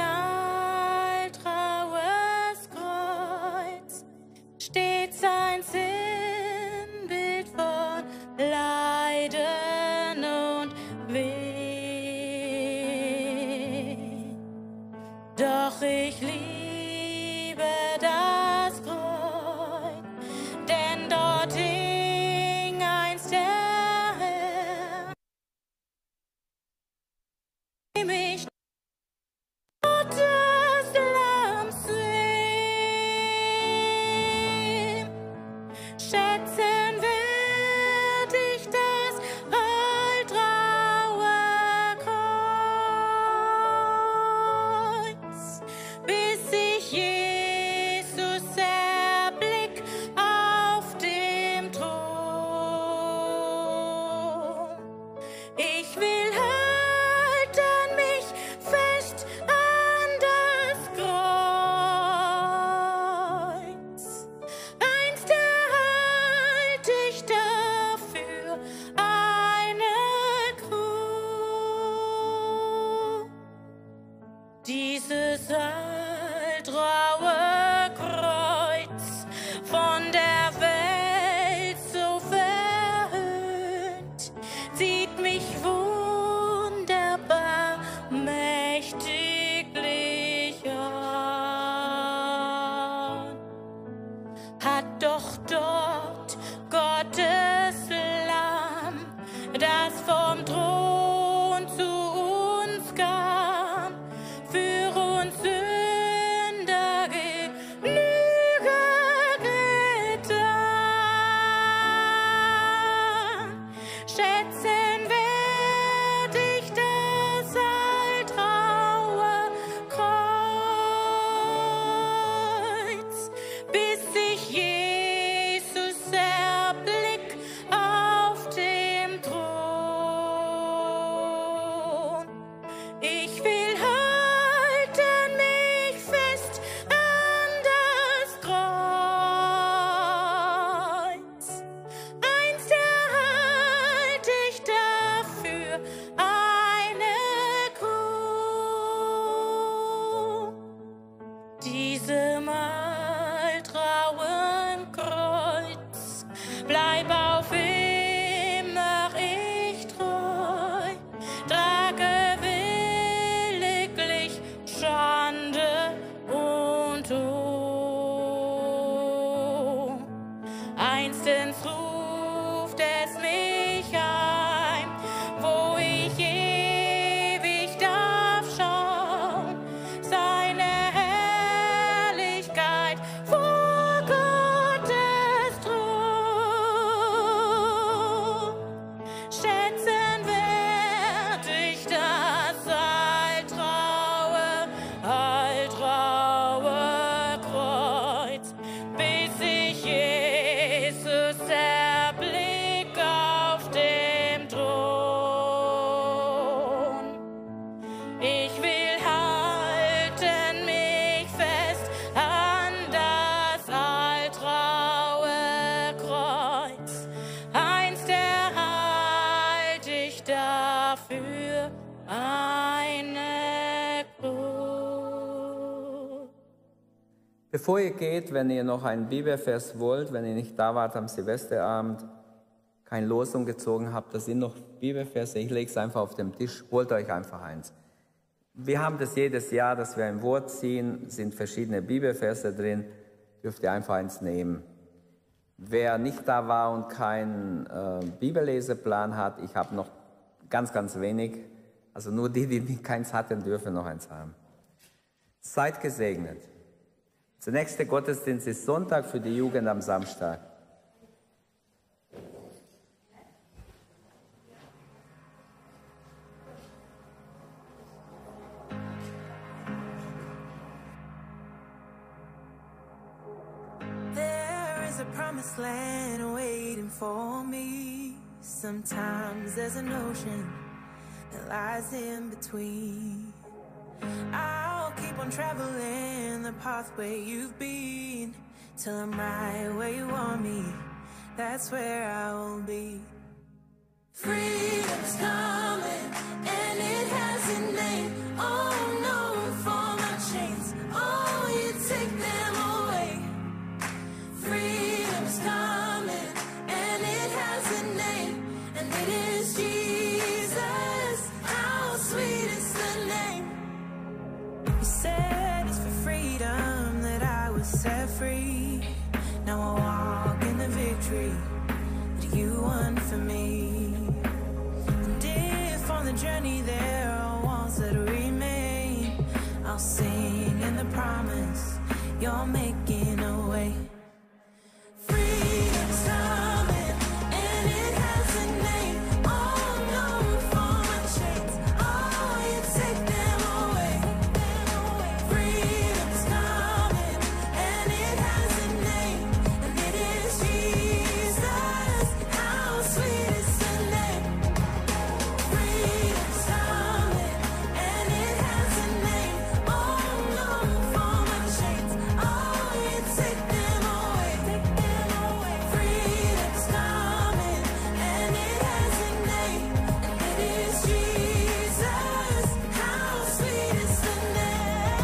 alttraues Kreuz, stets ein Sinnbild von Leiden und Weh. Doch ich liebe das Kreuz, denn dort hing einst der Herr, mich Gottes Lamms sehen. Schätzen werd ich das alttraue Kreuz, bis ich Jesus erblick auf dem Thron. Ich will halten mich fest an das Kreuz. Einst erhalt ich dafür eine Krone. Dieses alttraue Kreuz, von der Welt so verhöhnt, sieht mich wunderbar mächtiglich an. Hat doch dort Gottes Lamm, das vom Thron zu uns kam, für uns Sünder Genüge getan. Schätzen werd ich das alttraue Kreuz, bis ich Jesus erblick auf dem Thron. Ich will halten mich fest an das Kreuz. Einst erhalt ich dafür eine Krone. Diesem alttrauen Kreuz bleib auf immer ich treu, trage williglich Schande und Ruhm. Einstens ruft es mich ein, wo ich ewig darf schauen, seine Herrlichkeit vor Gottes Thron. Schätzen werd ich das alttraue, alttraue Kreuz, bis ich Jesus erblick auf dem Thron. Ich will halten mich fest an das alttraue Kreuz. Einst erhalt ich dafür eine Krone. Bevor ihr geht, wenn ihr noch einen Bibelvers wollt, wenn ihr nicht da wart am Silvesterabend, keine Losung gezogen habt, da sind noch Bibelverse, ich lege es einfach auf den Tisch, holt euch einfach eins. Wir haben das jedes Jahr, dass wir ein Wort ziehen, sind verschiedene Bibelverse drin, dürft ihr einfach eins nehmen. Wer nicht da war und keinen äh, Bibelleseplan hat, ich habe noch ganz, ganz wenig, also nur die, die keins hatten, dürfen noch eins haben. Seid gesegnet. Der nächste Gottesdienst ist Sonntag, für die Jugend am Samstag. There's a promised land waiting for me. Sometimes there's an ocean that lies in between. I'll keep on traveling the pathway you've been till I'm right where you want me. That's where I will be. Freedom's coming and it has a name. Oh no, for my chains. Oh, you take them away. Freedom's coming and it has a name, and it is Jesus. How sweet is the name. You said it's for freedom that I was set free. Now I walk in the victory that you won for me. And if on the journey there are walls that remain, I'll sing in the promise you're making a way. Freedom's coming and it has a name. Oh no, for my chains. Oh, you take them away. Freedom's coming and it has a name, and it is Jesus. How sweet is the name. Freedom's coming and it has a name. Oh no, for my chains. Oh, you take them away. Freedom's coming and it has a name, and it is Jesus. How sweet is the name.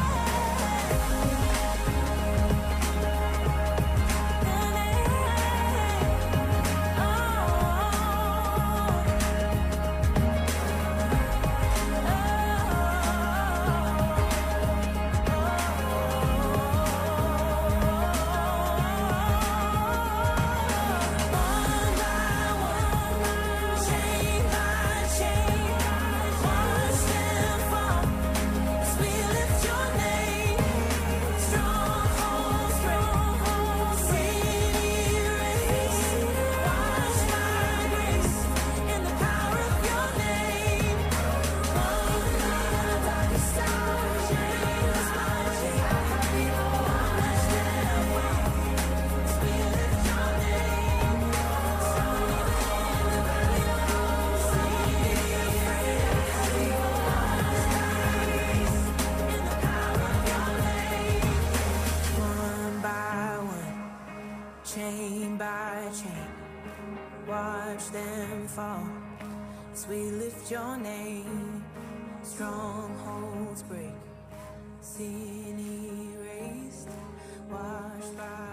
One by one, chain by chain, watch them fall as we lift your name. Strongholds break, sin erased, washed by grace in the power of your name. One by the darkest hour, chains by chain, watch them fall as we lift your name. Strong in the valley low, sin erased, washed by grace in the power of your name. One by one, chain by chain, watch them fall as we lift your name. Strongholds break, sin erased, washed by